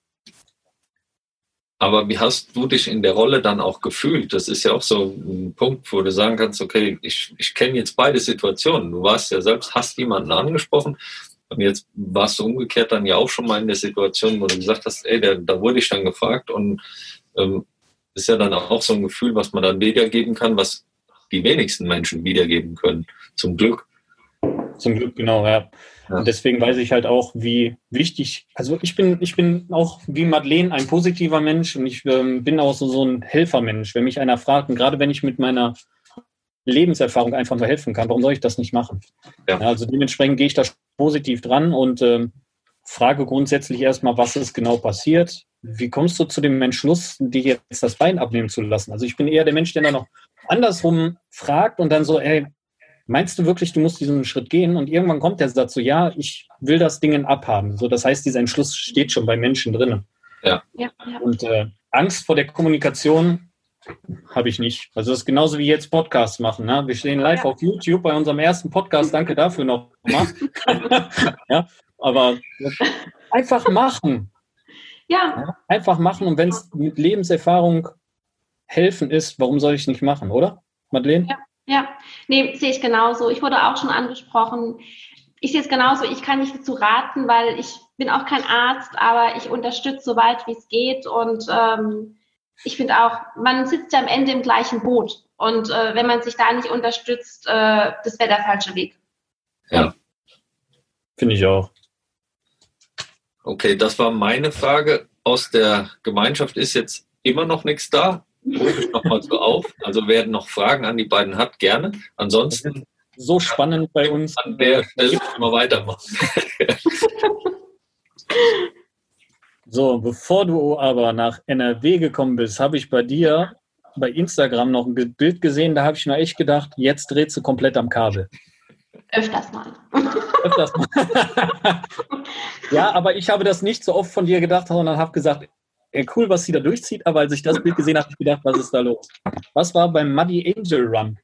Aber wie hast du dich in der Rolle dann auch gefühlt? Das ist ja auch so ein Punkt, wo du sagen kannst, okay, ich, ich kenne jetzt beide Situationen. Du warst ja selbst, hast jemanden angesprochen und jetzt warst du umgekehrt dann ja auch schon mal in der Situation, wo du gesagt hast, ey, der, da wurde ich dann gefragt und ähm, ist ja dann auch so ein Gefühl, was man dann wiedergeben kann, was die wenigsten Menschen wiedergeben können. Zum Glück. Zum Glück, genau, ja. Ja. Und deswegen weiß ich halt auch, wie wichtig, also ich bin, ich bin auch wie Madeleine ein positiver Mensch und ich ähm, bin auch so, so ein Helfermensch. Wenn mich einer fragt, und gerade wenn ich mit meiner Lebenserfahrung einfach nur helfen kann, warum soll ich das nicht machen? Ja. Ja, also dementsprechend gehe ich da positiv dran und ähm, frage grundsätzlich erstmal, was ist genau passiert? Wie kommst du zu dem Entschluss, dir jetzt das Bein abnehmen zu lassen? Also ich bin eher der Mensch, der dann noch andersrum fragt und dann so, ey, meinst du wirklich, du musst diesen Schritt gehen? Und irgendwann kommt der Satz so, ja, ich will das Ding abhaben. So, das heißt, dieser Entschluss steht schon bei Menschen drin. Ja. Ja, ja. Und äh, Angst vor der Kommunikation habe ich nicht. Also das ist genauso wie jetzt Podcasts machen. Ne? Wir stehen live ja. auf YouTube bei unserem ersten Podcast. Danke dafür nochmal. ja, aber einfach machen. Ja. ja. Einfach machen. Und wenn es mit Lebenserfahrung helfen ist, warum soll ich es nicht machen, oder, Madeleine? Ja, ja. Nee, sehe ich genauso. Ich wurde auch schon angesprochen. Ich sehe es genauso. Ich kann nicht dazu raten, weil ich bin auch kein Arzt, aber ich unterstütze so weit, wie es geht. Und ähm, ich finde auch, man sitzt ja am Ende im gleichen Boot. Und äh, wenn man sich da nicht unterstützt, äh, das wäre der falsche Weg. Ja. Finde ich auch. Okay, das war meine Frage. Aus der Gemeinschaft ist jetzt immer noch nichts da. Rufe ich nochmal so auf. Also wer noch Fragen an die beiden hat, gerne. Ansonsten so spannend bei uns. An der Stelle mal weitermachen. So, bevor du aber nach N R W gekommen bist, habe ich bei dir bei Instagram noch ein Bild gesehen, da habe ich mir echt gedacht, jetzt drehst du komplett am Kabel. Öfters mal. Öfters mal. Ja, aber ich habe das nicht so oft von dir gedacht, sondern habe gesagt, ey, cool, was sie da durchzieht, aber als ich das Bild gesehen habe, habe ich gedacht, was ist da los? Was war beim Muddy Angel Run?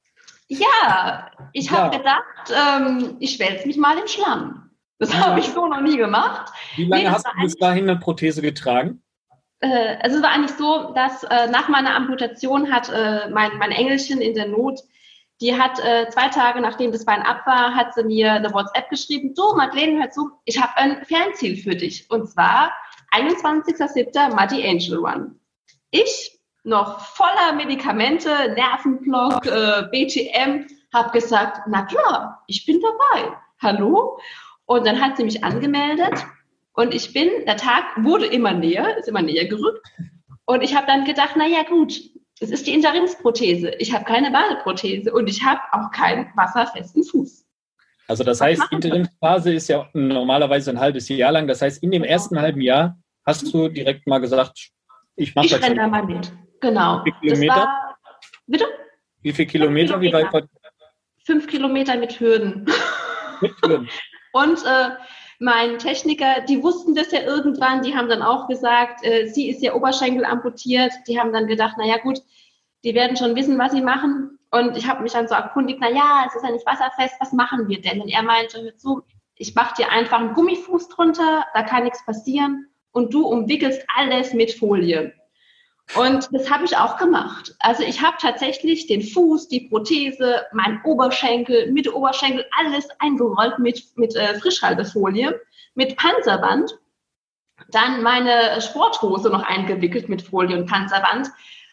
Ja, ich Ja. habe gedacht, ähm, ich wälze mich mal im Schlamm. Das Ja. habe ich so noch nie gemacht. Wie lange Nee, das hast war du bis dahin eine Prothese getragen? Äh, also es war eigentlich so, dass äh, nach meiner Amputation hat äh, mein, mein Engelchen in der Not, die hat äh, zwei Tage nachdem das Bein ab war, hat sie mir eine WhatsApp geschrieben, du Madeleine, hör zu, ich habe ein Fernziel für dich. Und zwar einundzwanzigster siebter Muddy Angel Run. Ich, noch voller Medikamente, Nervenblock, äh, B T M, habe gesagt, na klar, ich bin dabei. Hallo? Und dann hat sie mich angemeldet und ich bin, der Tag wurde immer näher, ist immer näher gerückt. Und ich habe dann gedacht, na ja gut, es ist die Interimsprothese. Ich habe keine Badeprothese und ich habe auch keinen wasserfesten Fuß. Also das Was heißt, machen wir? Interimsphase ist ja normalerweise ein halbes Jahr lang. Das heißt, in dem ersten halben Jahr hast du direkt mal gesagt, ich mache Ich das renne jetzt. da mal mit. Genau. Wie viele Das Kilometer? war, bitte? Wie viele Kilometer? Wie weit war Fünf Kilometer mit Hürden. mit Hürden? Und äh, mein Techniker, die wussten das ja irgendwann, die haben dann auch gesagt, äh, sie ist ja Oberschenkel amputiert. Die haben dann gedacht, naja gut, die werden schon wissen, was sie machen. Und ich habe mich dann so erkundigt, naja, es ist ja nicht wasserfest, was machen wir denn? Und er meinte, hör zu, ich mache dir einfach einen Gummifuß drunter, da kann nichts passieren. Und du umwickelst alles mit Folie. Und das habe ich auch gemacht. Also ich habe tatsächlich den Fuß, die Prothese, mein Oberschenkel, Mitte Oberschenkel, alles eingerollt mit, mit äh, Frischhaltefolie, mit Panzerband. Dann meine Sporthose noch eingewickelt mit Folie und Panzerband.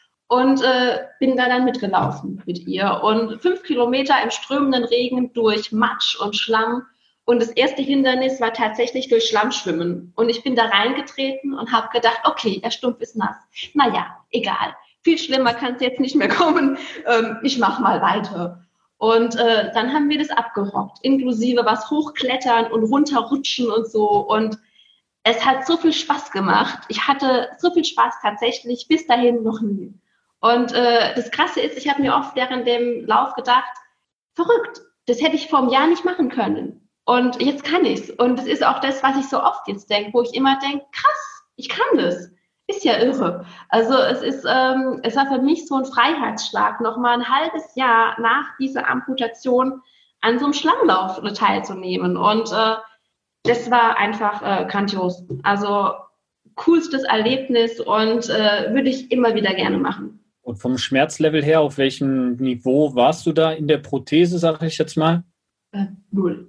Und äh, bin da dann mitgelaufen mit ihr. Und fünf Kilometer im strömenden Regen durch Matsch und Schlamm. Und das erste Hindernis war tatsächlich durch Schlammschwimmen. Und ich bin da reingetreten und habe gedacht, okay, der Stumpf ist nass. Naja, egal. Viel schlimmer kann es jetzt nicht mehr kommen. Ähm, ich mache mal weiter. Und äh, dann haben wir das abgerockt, inklusive was hochklettern und runterrutschen und so. Und es hat so viel Spaß gemacht. Ich hatte so viel Spaß tatsächlich bis dahin noch nie. Und äh, das Krasse ist, ich habe mir oft während dem Lauf gedacht, verrückt, das hätte ich vor einem Jahr nicht machen können. Und jetzt kann ich's. Und das ist auch das, was ich so oft jetzt denke, wo ich immer denke, krass, ich kann das. Ist ja irre. Also es ist, ähm, es war für mich so ein Freiheitsschlag, nochmal ein halbes Jahr nach dieser Amputation an so einem Schlammlauf teilzunehmen. Und äh, das war einfach äh, grandios. Also coolstes Erlebnis und äh, würde ich immer wieder gerne machen. Und vom Schmerzlevel her, auf welchem Niveau warst du da in der Prothese, sage ich jetzt mal? Äh, null.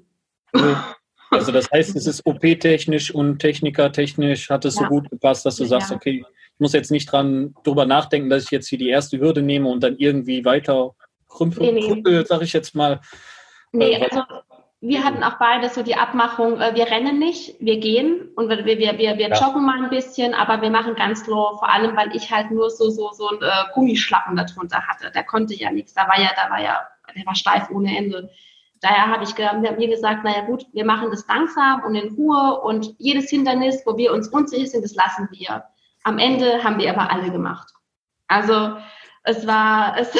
Also das heißt, es ist O P-technisch und technikertechnisch hat es Ja. so gut gepasst, dass du Ja. sagst, okay, ich muss jetzt nicht dran drüber nachdenken, dass ich jetzt hier die erste Hürde nehme und dann irgendwie weiter krümpel, Nee, nee. krümpel, sag ich jetzt mal. Nee, Äh, also wir hatten auch beide so die Abmachung, äh, wir rennen nicht, wir gehen und wir, wir, wir, wir Ja. joggen mal ein bisschen, aber wir machen ganz slow, vor allem, weil ich halt nur so, so, so einen äh, Gummischlappen darunter hatte. Der konnte ja nichts, da war ja, da war ja, der war steif ohne Ende. Daher habe ich ge- hab mir gesagt, naja gut, wir machen das langsam und in Ruhe und jedes Hindernis, wo wir uns unsicher sind, das lassen wir. Am Ende haben wir aber alle gemacht. Also es war, es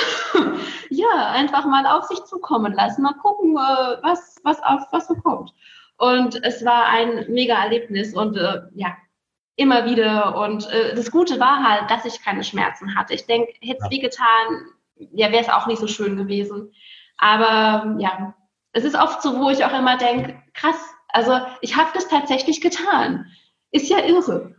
ja, einfach mal auf sich zukommen lassen, mal gucken, äh, was, was, auf, was so kommt. Und es war ein mega Erlebnis und äh, ja, immer wieder. Und äh, das Gute war halt, dass ich keine Schmerzen hatte. Ich denke, hätte es Ja. wehgetan, ja, wäre es auch nicht so schön gewesen. Aber ja, es ist oft so, wo ich auch immer denke, krass, also ich habe das tatsächlich getan. Ist ja irre.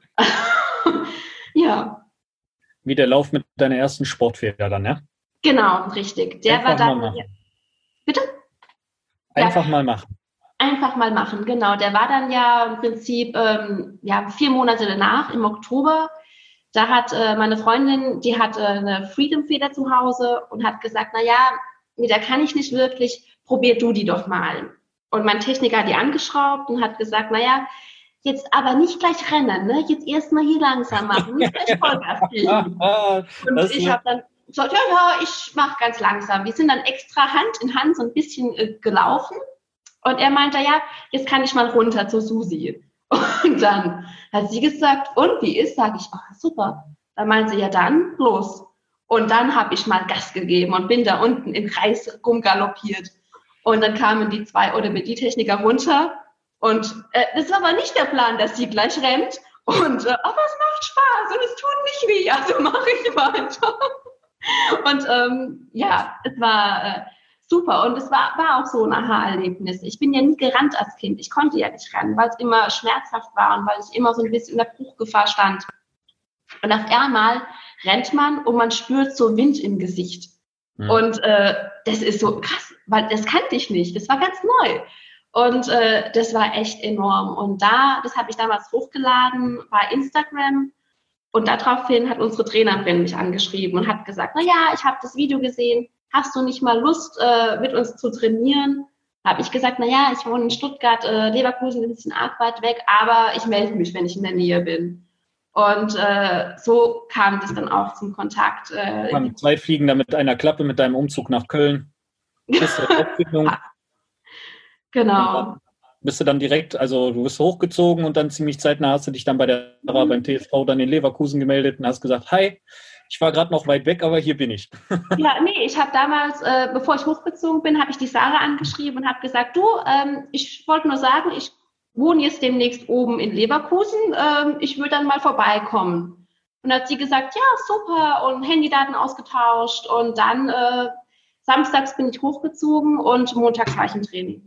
Ja, Wie der Lauf mit deiner ersten Sportfeder dann, ja? genau, richtig. Der Einfach war dann, mal machen. bitte? Einfach Ja. mal machen. Einfach mal machen, genau. Der war dann ja im Prinzip ähm, ja, vier Monate danach, im Oktober. Da hat äh, meine Freundin, die hat äh, eine Freedom-Feder zu Hause und hat gesagt, na ja, mit der kann ich nicht wirklich, probier du die doch mal. Und mein Techniker hat die angeschraubt und hat gesagt, na ja, jetzt aber nicht gleich rennen, ne? Jetzt erstmal hier langsam machen, nicht gleich Vollgas geben. Und Das ich ist- habe dann gesagt, ja, ja, ich mache ganz langsam. Wir sind dann extra Hand in Hand so ein bisschen äh, gelaufen. Und er meinte, ja, jetzt kann ich mal runter zu Susi. Und dann hat sie gesagt, und wie ist? Sag ich, oh, super. Dann meinte sie, ja dann, los. Und dann habe ich mal Gas gegeben und bin da unten im Kreis rumgaloppiert. Und dann kamen die zwei Orthopädie-Techniker runter. Und äh, das war aber nicht der Plan, dass sie gleich rennt. Und, äh, aber es macht Spaß und es tut nicht weh, also mache ich weiter. Und ähm, ja, es war äh, super. Und es war, war auch so ein Aha-Erlebnis. Ich bin ja nie gerannt als Kind. Ich konnte ja nicht rennen, weil es immer schmerzhaft war und weil ich immer so ein bisschen in der Bruchgefahr stand. Und auf einmal rennt man und man spürt so Wind im Gesicht. Mhm. Und äh, das ist so krass, weil das kannte ich nicht. Das war ganz neu. Und äh, das war echt enorm. Und da, das habe ich damals hochgeladen bei Instagram. Und daraufhin hat unsere Trainerin mich angeschrieben und hat gesagt, na ja, ich habe das Video gesehen. Hast du nicht mal Lust, äh, mit uns zu trainieren? Habe ich gesagt, na ja, ich wohne in Stuttgart, äh, Leverkusen ist ein bisschen arg weit weg, aber ich melde mich, wenn ich in der Nähe bin. Und äh, so kam das dann auch zum Kontakt. Äh, Haben zwei Fliegen da mit einer Klappe mit deinem Umzug nach Köln. Bis zur Aufbindung. genau. Bist du dann direkt, also du bist hochgezogen und dann ziemlich zeitnah hast du dich dann bei der Sarah beim T S V dann in Leverkusen gemeldet und hast gesagt, hi, ich war gerade noch weit weg, aber hier bin ich. Ja, nee, ich habe damals, äh, bevor ich hochgezogen bin, habe ich die Sarah angeschrieben und habe gesagt, du, ähm, ich wollte nur sagen, ich wohne jetzt demnächst oben in Leverkusen, ähm, ich würde dann mal vorbeikommen. Und dann hat sie gesagt, ja, super, und Handydaten ausgetauscht und dann äh, samstags bin ich hochgezogen und montags war ich im Training.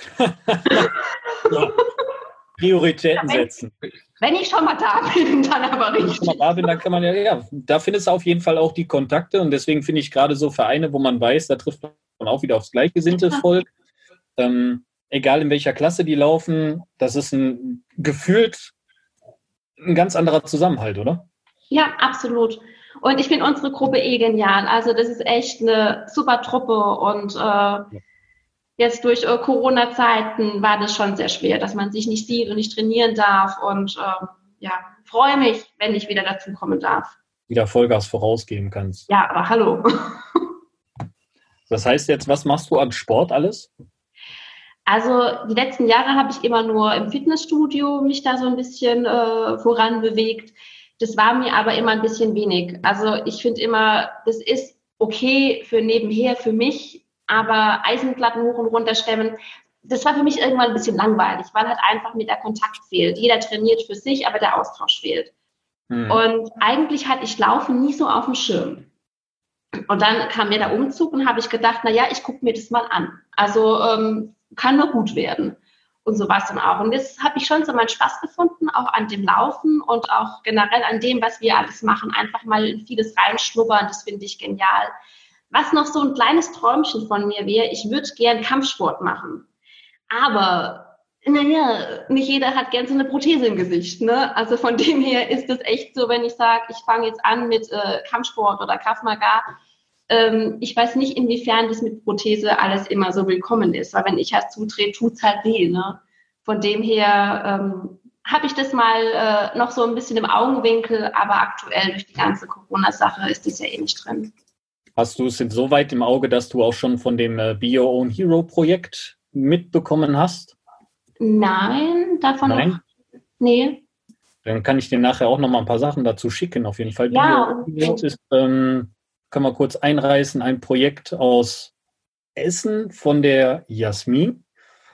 Ja. Prioritäten Ja, wenn- setzen. Wenn ich schon mal da bin, dann aber Wenn ich schon mal richtig. da bin, dann kann man ja, ja, da findest du auf jeden Fall auch die Kontakte und deswegen finde ich gerade so Vereine, wo man weiß, da trifft man auch wieder aufs gleichgesinnte Volk. Ähm, egal in welcher Klasse die laufen, das ist ein gefühlt ein ganz anderer Zusammenhalt, oder? Ja, absolut. Und ich finde unsere Gruppe eh genial. Also das ist echt eine super Truppe und äh, jetzt durch äh, Corona-Zeiten war das schon sehr schwer, dass man sich nicht sieht und nicht trainieren darf und äh, ja, freue mich, wenn ich wieder dazu kommen darf. Wieder Vollgas vorausgeben kannst. Ja, aber hallo. Das heißt jetzt, was machst du an Sport alles? Also die letzten Jahre habe ich immer nur im Fitnessstudio mich da so ein bisschen äh, voran bewegt. Das war mir aber immer ein bisschen wenig. Also ich finde immer, das ist okay für nebenher, für mich, aber Eisenplatten hoch und runter stemmen, das war für mich irgendwann ein bisschen langweilig, weil halt einfach mir der Kontakt fehlt. Jeder trainiert für sich, aber der Austausch fehlt. Hm. Und eigentlich hatte ich Laufen nie so auf dem Schirm. Und dann kam mir der Umzug und habe ich gedacht, na ja, ich gucke mir das mal an. Also ähm, kann nur gut werden. Und so war es dann auch. Und jetzt habe ich schon so meinen Spaß gefunden, auch an dem Laufen und auch generell an dem, was wir alles machen. Einfach mal in vieles reinschnuppern, das finde ich genial. Was noch so ein kleines Träumchen von mir wäre, ich würde gern Kampfsport machen. Aber, naja, nicht jeder hat gern so eine Prothese im Gesicht, ne? Also von dem her ist es echt so, wenn ich sage, ich fange jetzt an mit äh, Kampfsport oder Krav Maga, ähm, ich weiß nicht, inwiefern das mit Prothese alles immer so willkommen ist, weil wenn ich halt zutrete, tut's halt weh, ne? Von dem her ähm, habe ich das mal äh, noch so ein bisschen im Augenwinkel, aber aktuell durch die ganze Corona-Sache ist das ja eh nicht drin. Hast du es insoweit im Auge, dass du auch schon von dem äh, Be Your Own Hero Projekt mitbekommen hast? Nein, davon Nein? noch. Nee. Dann kann ich dir nachher auch noch mal ein paar Sachen dazu schicken. Auf jeden Fall. Ja, Be Your Own Hero ist, ähm, können wir kurz einreißen, ein Projekt aus Essen von der Jasmin.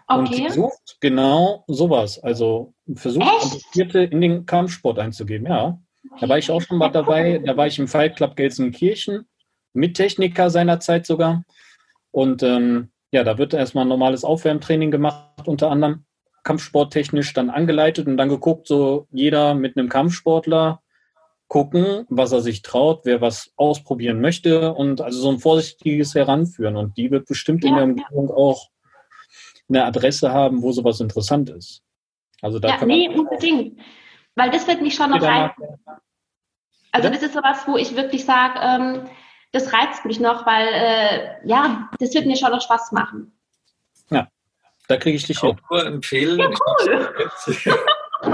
Und die Okay. sucht genau sowas. Also versucht, Echt? Amputierte in den Kampfsport einzugeben. Ja, da war ich auch schon mal dabei. Da war ich im Fight Club Gelsenkirchen, mit Techniker seinerzeit sogar. Und ähm, ja, da wird erstmal ein normales Aufwärmtraining gemacht, unter anderem kampfsporttechnisch dann angeleitet und dann geguckt, so jeder mit einem Kampfsportler gucken, was er sich traut, wer was ausprobieren möchte und also so ein vorsichtiges Heranführen. Und die wird bestimmt in Ja, der ja. Umgebung auch eine Adresse haben, wo sowas interessant ist. Also da Ja, kann man nee, unbedingt. Weil das wird mich schon noch danach, reizen. Also Bitte? das ist sowas, wo ich wirklich sage, ähm, das reizt mich noch, weil äh, ja, das wird mir schon noch Spaß machen. ja, da kriege ich dich hin. Auch nur empfehlen. Ja, Ich cool. hab's bis jetzt-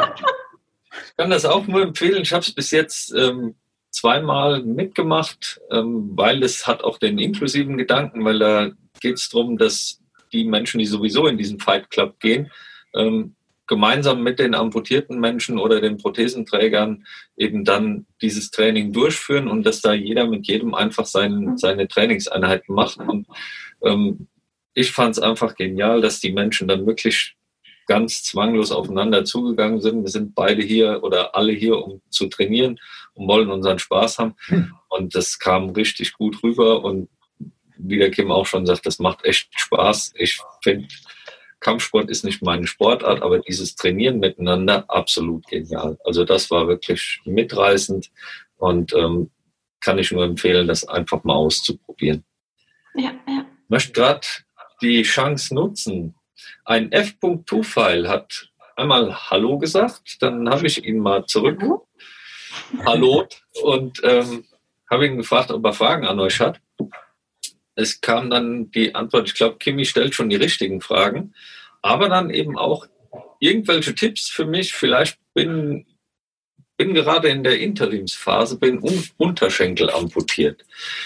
ich kann das auch nur empfehlen. Ich habe es bis jetzt ähm, zweimal mitgemacht, ähm, weil es hat auch den inklusiven Gedanken, weil da geht es darum, dass die Menschen, die sowieso in diesen Fight Club gehen, ähm, gemeinsam mit den amputierten Menschen oder den Prothesenträgern eben dann dieses Training durchführen und dass da jeder mit jedem einfach sein, seine Trainingseinheiten macht. Und ähm, ich fand es einfach genial, dass die Menschen dann wirklich ganz zwanglos aufeinander zugegangen sind. Wir sind beide hier oder alle hier, um zu trainieren und wollen unseren Spaß haben. Und das kam richtig gut rüber. Und wie der Kim auch schon sagt, das macht echt Spaß. Ich finde, Kampfsport ist nicht meine Sportart, aber dieses Trainieren miteinander absolut genial. Also das war wirklich mitreißend und ähm, kann ich nur empfehlen, das einfach mal auszuprobieren. Ja, ja. Ich möchte gerade die Chance nutzen. Ein F zwei-File hat einmal Hallo gesagt, dann habe ich ihn mal zurück Hallo und ähm, habe ihn gefragt, ob er Fragen an euch hat. Es kam dann die Antwort, ich glaube, Kimi stellt schon die richtigen Fragen, aber dann eben auch irgendwelche Tipps für mich. Vielleicht bin, bin gerade in der Interimsphase, bin un- Unterschenkel amputiert.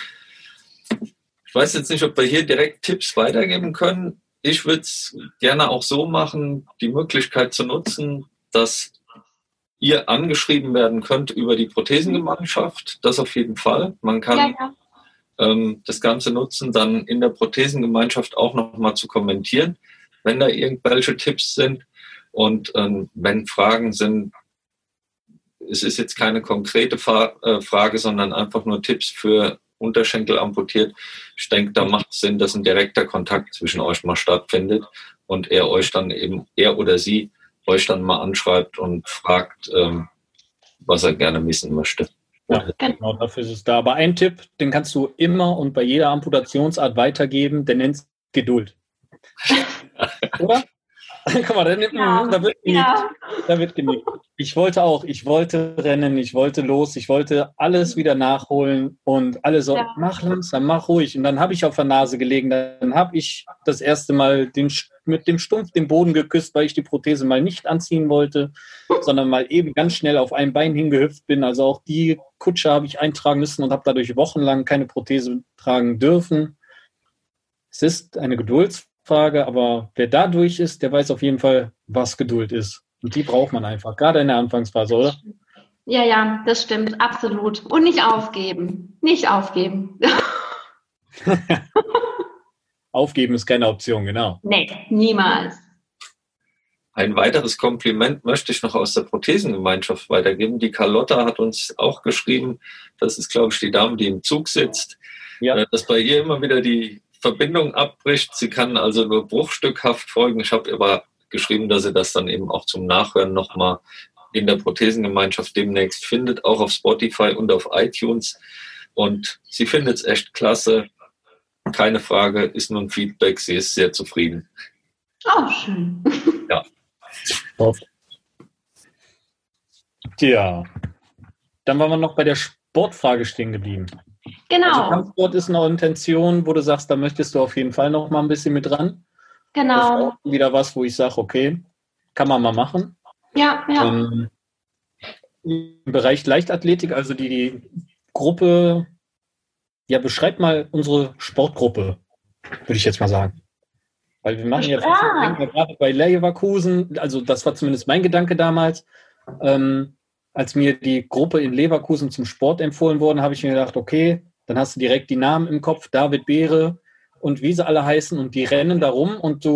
Ich weiß jetzt nicht, ob wir hier direkt Tipps weitergeben können. Ich würde es gerne auch so machen, die Möglichkeit zu nutzen, dass ihr angeschrieben werden könnt über die Prothesengemeinschaft. Das auf jeden Fall. Man kann Ja, ja. ähm, das Ganze nutzen, dann in der Prothesengemeinschaft auch nochmal zu kommentieren, wenn da irgendwelche Tipps sind. Und ähm, wenn Fragen sind, es ist jetzt keine konkrete Fa- äh, Frage, sondern einfach nur Tipps für Unterschenkel amputiert. Ich denke, da macht es Sinn, dass ein direkter Kontakt zwischen euch mal stattfindet und er euch dann eben, er oder sie euch dann mal anschreibt und fragt, ähm, was er gerne wissen möchte. Ja, genau, dafür ist es da. Aber ein Tipp, den kannst du immer und bei jeder Amputationsart weitergeben, der nennt sich Geduld. Oder? Guck mal, da, nimmt, Ja, da wird genickt. ja. Da wird genickt. Ich wollte auch, ich wollte rennen, ich wollte los, ich wollte alles wieder nachholen und alle so, Ja. mach langsam, mach ruhig. Und dann habe ich auf der Nase gelegen, dann habe ich das erste Mal den, mit dem Stumpf den Boden geküsst, weil ich die Prothese mal nicht anziehen wollte, sondern mal eben ganz schnell auf ein Bein hingehüpft bin. Also auch die Kutsche habe ich eintragen müssen und habe dadurch wochenlang keine Prothese tragen dürfen. Es ist eine Geduldsfrage, aber wer da durch ist, der weiß auf jeden Fall, was Geduld ist. Und die braucht man einfach, gerade in der Anfangsphase, oder? Ja, ja, das stimmt, absolut. Und nicht aufgeben. Nicht aufgeben. Aufgeben ist keine Option, genau. Nee, niemals. Ein weiteres Kompliment möchte ich noch aus der Prothesengemeinschaft weitergeben. Die Carlotta hat uns auch geschrieben, das ist, glaube ich, die Dame, die im Zug sitzt, Ja. dass bei ihr immer wieder die Verbindung abbricht. Sie kann also nur bruchstückhaft folgen. Ich habe aber geschrieben, dass sie das dann eben auch zum Nachhören nochmal in der Prothesengemeinschaft demnächst findet, auch auf Spotify und auf iTunes. Und sie findet es echt klasse. Keine Frage, ist nur ein Feedback. Sie ist sehr zufrieden. Oh, schön. Ja. Tja, dann waren wir noch bei der Sportfrage stehen geblieben. Genau, Also Kampfsport ist eine Intention, wo du sagst, da möchtest du auf jeden Fall noch mal ein bisschen mit dran. Das ist genau. auch wieder was, wo ich sage, okay, kann man mal machen. Ja, ja. Ähm, Im Bereich Leichtathletik, also die, die Gruppe, ja, beschreib mal unsere Sportgruppe, würde ich jetzt mal sagen. Weil wir machen ja Ah. gerade bei Leverkusen, also das war zumindest mein Gedanke damals, ähm, als mir die Gruppe in Leverkusen zum Sport empfohlen wurde, habe ich mir gedacht, okay, dann hast du direkt die Namen im Kopf, David Beere und wie sie alle heißen und die rennen da rum und du,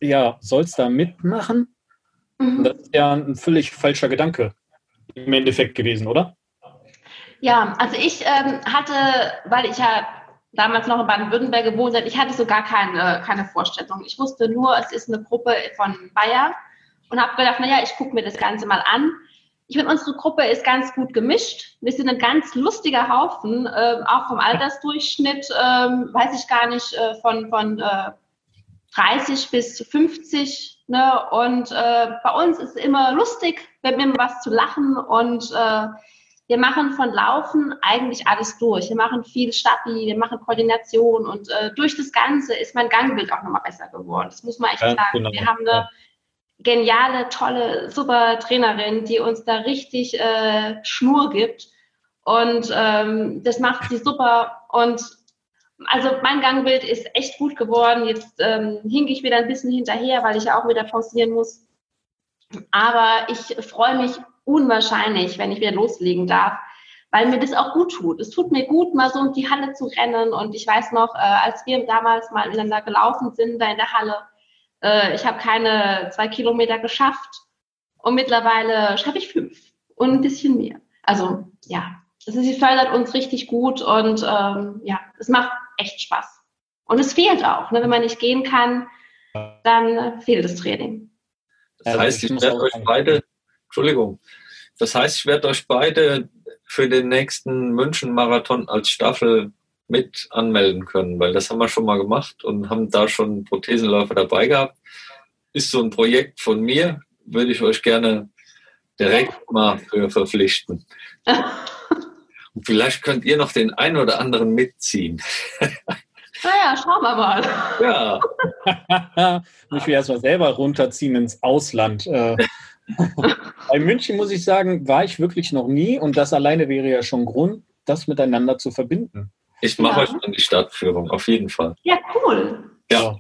ja, sollst da mitmachen? Mhm. Das ist ja ein völlig falscher Gedanke im Endeffekt gewesen, oder? Ja, also ich ähm, hatte, weil ich ja damals noch in Baden-Württemberg gewohnt habe, ich hatte so gar keine, keine Vorstellung. Ich wusste nur, es ist eine Gruppe von Bayern und habe gedacht, naja, ich gucke mir das Ganze mal an. Ich finde, unsere Gruppe ist ganz gut gemischt. Wir sind ein ganz lustiger Haufen, äh, auch vom Altersdurchschnitt, äh, weiß ich gar nicht, äh, von, von äh, dreißig bis fünfzig. Ne? Und äh, bei uns ist es immer lustig, wir haben immer was zu lachen und äh, wir machen von Laufen eigentlich alles durch. Wir machen viel Stabi, wir machen Koordination und äh, durch das Ganze ist mein Gangbild auch nochmal besser geworden. Das muss man echt Ja, sagen. genau. Wir haben eine geniale, tolle, super Trainerin, die uns da richtig äh, Schnur gibt. Und ähm, das macht sie super. Und also mein Gangbild ist echt gut geworden. Jetzt ähm, hinke ich wieder ein bisschen hinterher, weil ich ja auch wieder pausieren muss. Aber ich freue mich unwahrscheinlich, wenn ich wieder loslegen darf, weil mir das auch gut tut. Es tut mir gut, mal so um die Halle zu rennen. Und ich weiß noch, äh, als wir damals mal miteinander gelaufen sind, da in der Halle, äh, ich habe keine zwei Kilometer geschafft. Und mittlerweile schaffe ich fünf und ein bisschen mehr. Also ja, also sie fördert uns richtig gut und ähm, ja, es macht echt Spaß. Und es fehlt auch, ne? Wenn man nicht gehen kann, dann äh, fehlt das Training. Das heißt, ich werde euch beide, Entschuldigung, das heißt, ich werde euch beide für den nächsten München-Marathon als Staffel mit anmelden können, weil das haben wir schon mal gemacht und haben da schon Prothesenläufer dabei gehabt. Ist so ein Projekt von mir, würde ich euch gerne direkt mal für verpflichten. Und vielleicht könnt ihr noch den einen oder anderen mitziehen. Naja, schauen wir mal. Ja. Muss ich erstmal selber runterziehen ins Ausland. Äh, bei München, muss ich sagen, war ich wirklich noch nie und das alleine wäre ja schon Grund, das miteinander zu verbinden. Ich mache Ja. euch dann die Stadtführung, auf jeden Fall. Ja, cool. Ja.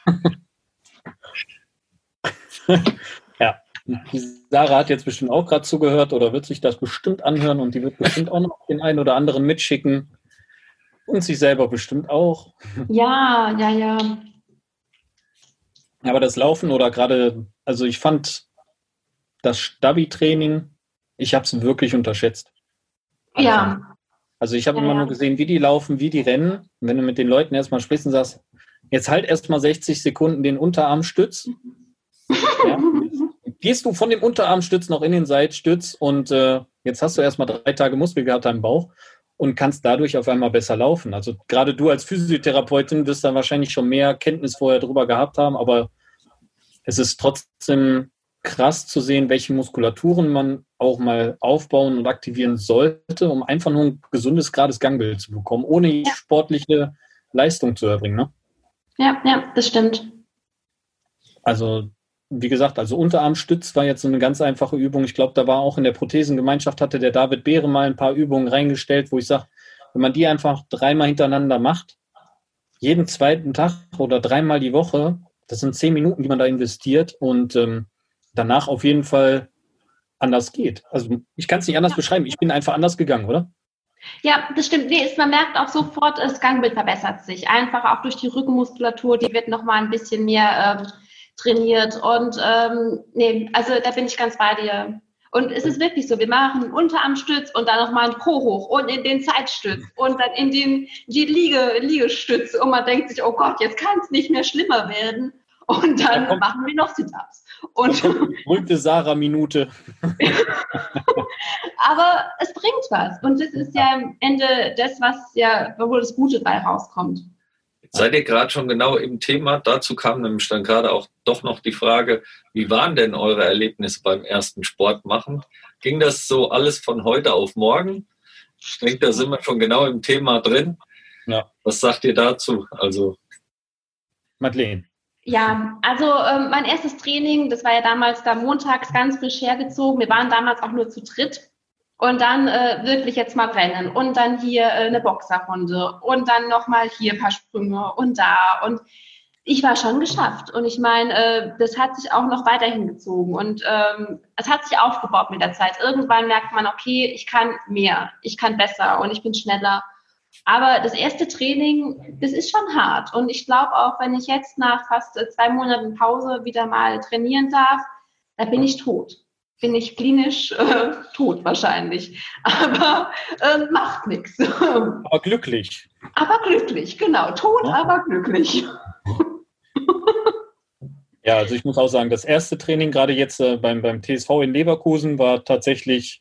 Ja. Die Sarah hat jetzt bestimmt auch gerade zugehört oder wird sich das bestimmt anhören und die wird bestimmt auch noch den einen oder anderen mitschicken. Und sich selber bestimmt auch. Ja, ja, ja. Aber das Laufen oder gerade, also ich fand das Stabi-Training, ich habe es wirklich unterschätzt. Ja. Also ich habe Ja, immer ja. nur gesehen, wie die laufen, wie die rennen. Und wenn du mit den Leuten erstmal sprichst und sagst, jetzt halt erstmal sechzig Sekunden den Unterarmstütz. Ja, gehst du von dem Unterarmstütz noch in den Seitstütz und äh, jetzt hast du erstmal drei Tage Muskel gehabt am Bauch und kannst dadurch auf einmal besser laufen. Also gerade du als Physiotherapeutin wirst dann wahrscheinlich schon mehr Kenntnis vorher drüber gehabt haben, aber es ist trotzdem krass zu sehen, welche Muskulaturen man auch mal aufbauen und aktivieren sollte, um einfach nur ein gesundes, gerades Gangbild zu bekommen, ohne Ja. sportliche Leistung zu erbringen. Ne? Ja, ja, das stimmt. Also wie gesagt, also Unterarmstütz war jetzt so eine ganz einfache Übung. Ich glaube, da war auch in der Prothesengemeinschaft, hatte der David Beere mal ein paar Übungen reingestellt, wo ich sage, wenn man die einfach dreimal hintereinander macht, jeden zweiten Tag oder dreimal die Woche, das sind zehn Minuten, die man da investiert und ähm, danach auf jeden Fall anders geht. Also ich kann es nicht anders Ja. beschreiben. Ich bin einfach anders gegangen, oder? Ja, das stimmt. Nee, ist, man merkt auch sofort, das Gangbild verbessert sich. Einfach auch durch die Rückenmuskulatur, die wird nochmal ein bisschen mehr ähm, trainiert. Und ähm, nee, also da bin ich ganz bei dir. Und es ist wirklich so, wir machen einen Unterarmstütz und dann nochmal einen Po hoch und in den Zeitstütz und dann in den, die Liege, Liegestütze. Und man denkt sich, oh Gott, jetzt kann es nicht mehr schlimmer werden. Und dann Da kommt- machen wir noch Sit-Ups. Und Die berühmte Sarah-Minute. aber es bringt was. Und das ist ja am Ende das, was ja, wo das Gute bei rauskommt. Jetzt seid ihr gerade schon genau im Thema. Dazu kam nämlich dann gerade auch doch noch die Frage, wie waren denn eure Erlebnisse beim ersten Sport machen? Ging das so alles von heute auf morgen? Ich denke, da sind wir schon genau im Thema drin. Ja. Was sagt ihr dazu? Also, Madeleine. Ja, also ähm, mein erstes Training, das war ja damals da montags ganz frisch hergezogen. Wir waren damals auch nur zu dritt. Und dann äh, wirklich jetzt mal rennen und dann hier äh, eine Boxerrunde und dann nochmal hier ein paar Sprünge und da. Und ich war schon geschafft. Und ich meine, äh, das hat sich auch noch weiterhin gezogen. Und ähm, es hat sich aufgebaut mit der Zeit. Irgendwann merkt man, okay, ich kann mehr, ich kann besser und ich bin schneller. Aber das erste Training, das ist schon hart. Und ich glaube auch, wenn ich jetzt nach fast zwei Monaten Pause wieder mal trainieren darf, da bin ich tot. Bin ich klinisch äh, tot wahrscheinlich. Aber äh, macht nichts. Aber glücklich. Aber glücklich, genau. Tot, ja. aber glücklich. Ja, also ich muss auch sagen, das erste Training, gerade jetzt äh, beim, beim T S V in Leverkusen, war tatsächlich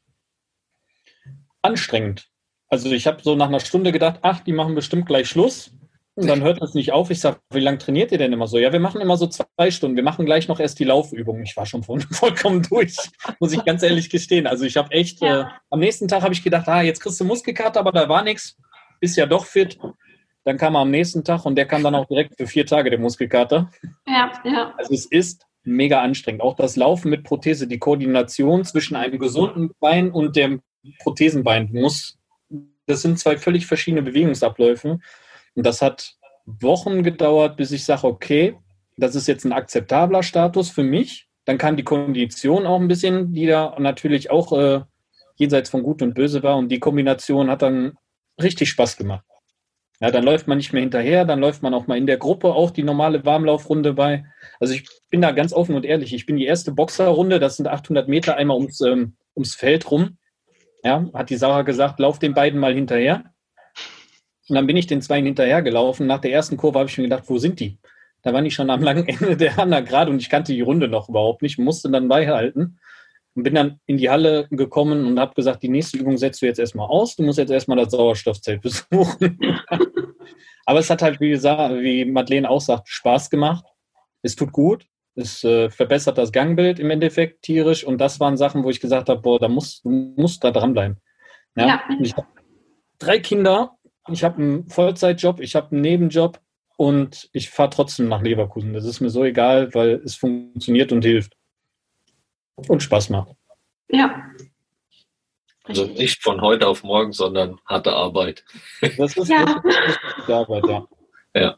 anstrengend. Also ich habe so nach einer Stunde gedacht, ach, die machen bestimmt gleich Schluss. Und dann hört das nicht auf. Ich sage, wie lange trainiert ihr denn immer so? Ja, wir machen immer so zwei Stunden. Wir machen gleich noch erst die Laufübung. Ich war schon voll, vollkommen durch, muss ich ganz ehrlich gestehen. Also ich habe echt, ja. äh, am nächsten Tag habe ich gedacht, ah, jetzt kriegst du Muskelkater, aber da war nichts. Bist ja doch fit. Dann kam er am nächsten Tag und der kam dann auch direkt für vier Tage, der Muskelkater. Ja, ja. Also es ist mega anstrengend. Auch das Laufen mit Prothese, die Koordination zwischen einem gesunden Bein und dem Prothesenbein muss, das sind zwei völlig verschiedene Bewegungsabläufe. Und das hat Wochen gedauert, bis ich sage, okay, das ist jetzt ein akzeptabler Status für mich. Dann kam die Kondition auch ein bisschen, die da natürlich auch äh, jenseits von Gut und Böse war. Und die Kombination hat dann richtig Spaß gemacht. Ja, dann läuft man nicht mehr hinterher, dann läuft man auch mal in der Gruppe auch die normale Warmlaufrunde bei. Also ich bin da ganz offen und ehrlich. Ich bin die erste Boxerrunde, das sind achthundert Meter, einmal ums, ähm, ums Feld rum. Ja, hat die Sarah gesagt, lauf den beiden mal hinterher. Und dann bin ich den Zweien hinterhergelaufen. Nach der ersten Kurve habe ich mir gedacht, wo sind die? Da waren die schon am langen Ende der anderen gerade und ich kannte die Runde noch überhaupt nicht, musste dann beihalten und bin dann in die Halle gekommen und habe gesagt, die nächste Übung setzt du jetzt erstmal aus, du musst jetzt erstmal das Sauerstoffzelt besuchen. Aber es hat halt, wie gesagt, wie Madeleine auch sagt, Spaß gemacht. Es tut gut, es äh, verbessert das Gangbild im Endeffekt tierisch und das waren Sachen, wo ich gesagt habe, boah, da musst, du musst da dranbleiben. Ja? Ja. Ich habe drei Kinder, ich habe einen Vollzeitjob, ich habe einen Nebenjob und ich fahre trotzdem nach Leverkusen. Das ist mir so egal, weil es funktioniert und hilft. Und Spaß macht. Ja. Also nicht von heute auf morgen, sondern harte Arbeit. Das ist ja. die Arbeit, ja. Ja.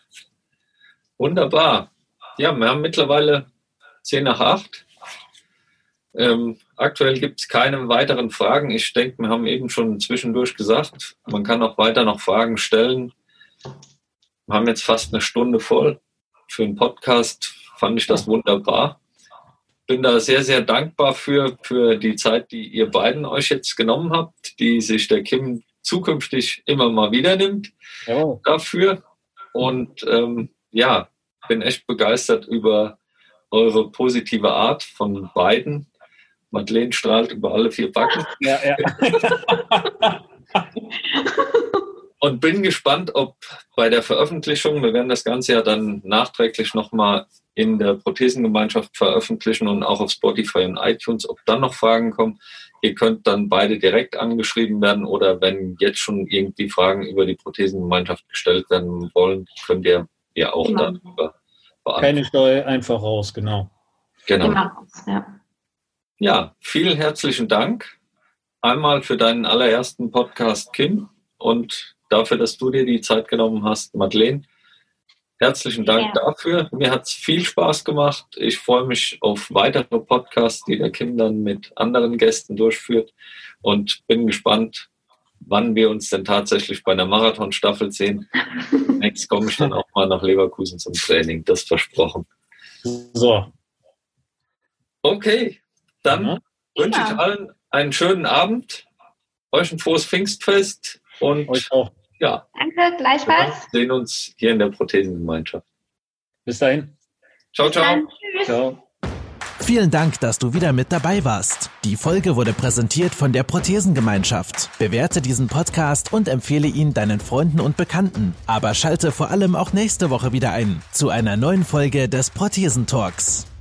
Wunderbar. Ja, wir haben mittlerweile zehn nach acht. Ähm, aktuell gibt es keine weiteren Fragen. Ich denke, wir haben eben schon zwischendurch gesagt, man kann auch weiter noch Fragen stellen. Wir haben jetzt fast eine Stunde voll. Für einen Podcast fand ich das wunderbar. Bin da sehr, sehr dankbar für, für die Zeit, die ihr beiden euch jetzt genommen habt, die sich der Kim zukünftig immer mal wieder nimmt ja. dafür. Und ähm, ja, bin echt begeistert über eure positive Art von beiden. Madeleine strahlt über alle vier Backen. Ja, ja. Und bin gespannt, ob bei der Veröffentlichung, wir werden das Ganze ja dann nachträglich nochmal in der Prothesengemeinschaft veröffentlichen und auch auf Spotify und iTunes, ob dann noch Fragen kommen. Ihr könnt dann beide direkt angeschrieben werden oder wenn jetzt schon irgendwie Fragen über die Prothesengemeinschaft gestellt werden wollen, könnt ihr ja auch Immer. darüber beantworten. Keine Steuer, einfach raus, genau. Genau. Immer. Ja. Ja, vielen herzlichen Dank. Einmal für deinen allerersten Podcast, Kim, und dafür, dass du dir die Zeit genommen hast, Madeleine. Herzlichen Dank ja. dafür. Mir hat es viel Spaß gemacht. Ich freue mich auf weitere Podcasts, die der Kim dann mit anderen Gästen durchführt und bin gespannt, wann wir uns denn tatsächlich bei einer Marathonstaffel sehen. Nächstes komme ich dann auch mal nach Leverkusen zum Training, das versprochen. So. Okay, dann ja. wünsche ich allen einen schönen Abend, euch ein frohes Pfingstfest und euch auch. Ja. Danke, gleichfalls. Wir sehen uns hier in der Prothesengemeinschaft. Bis dahin. Ciao, ciao. Dann, tschüss. Ciao. Vielen Dank, dass du wieder mit dabei warst. Die Folge wurde präsentiert von der Prothesengemeinschaft. Bewerte diesen Podcast und empfehle ihn deinen Freunden und Bekannten. Aber schalte vor allem auch nächste Woche wieder ein zu einer neuen Folge des Prothesentalks.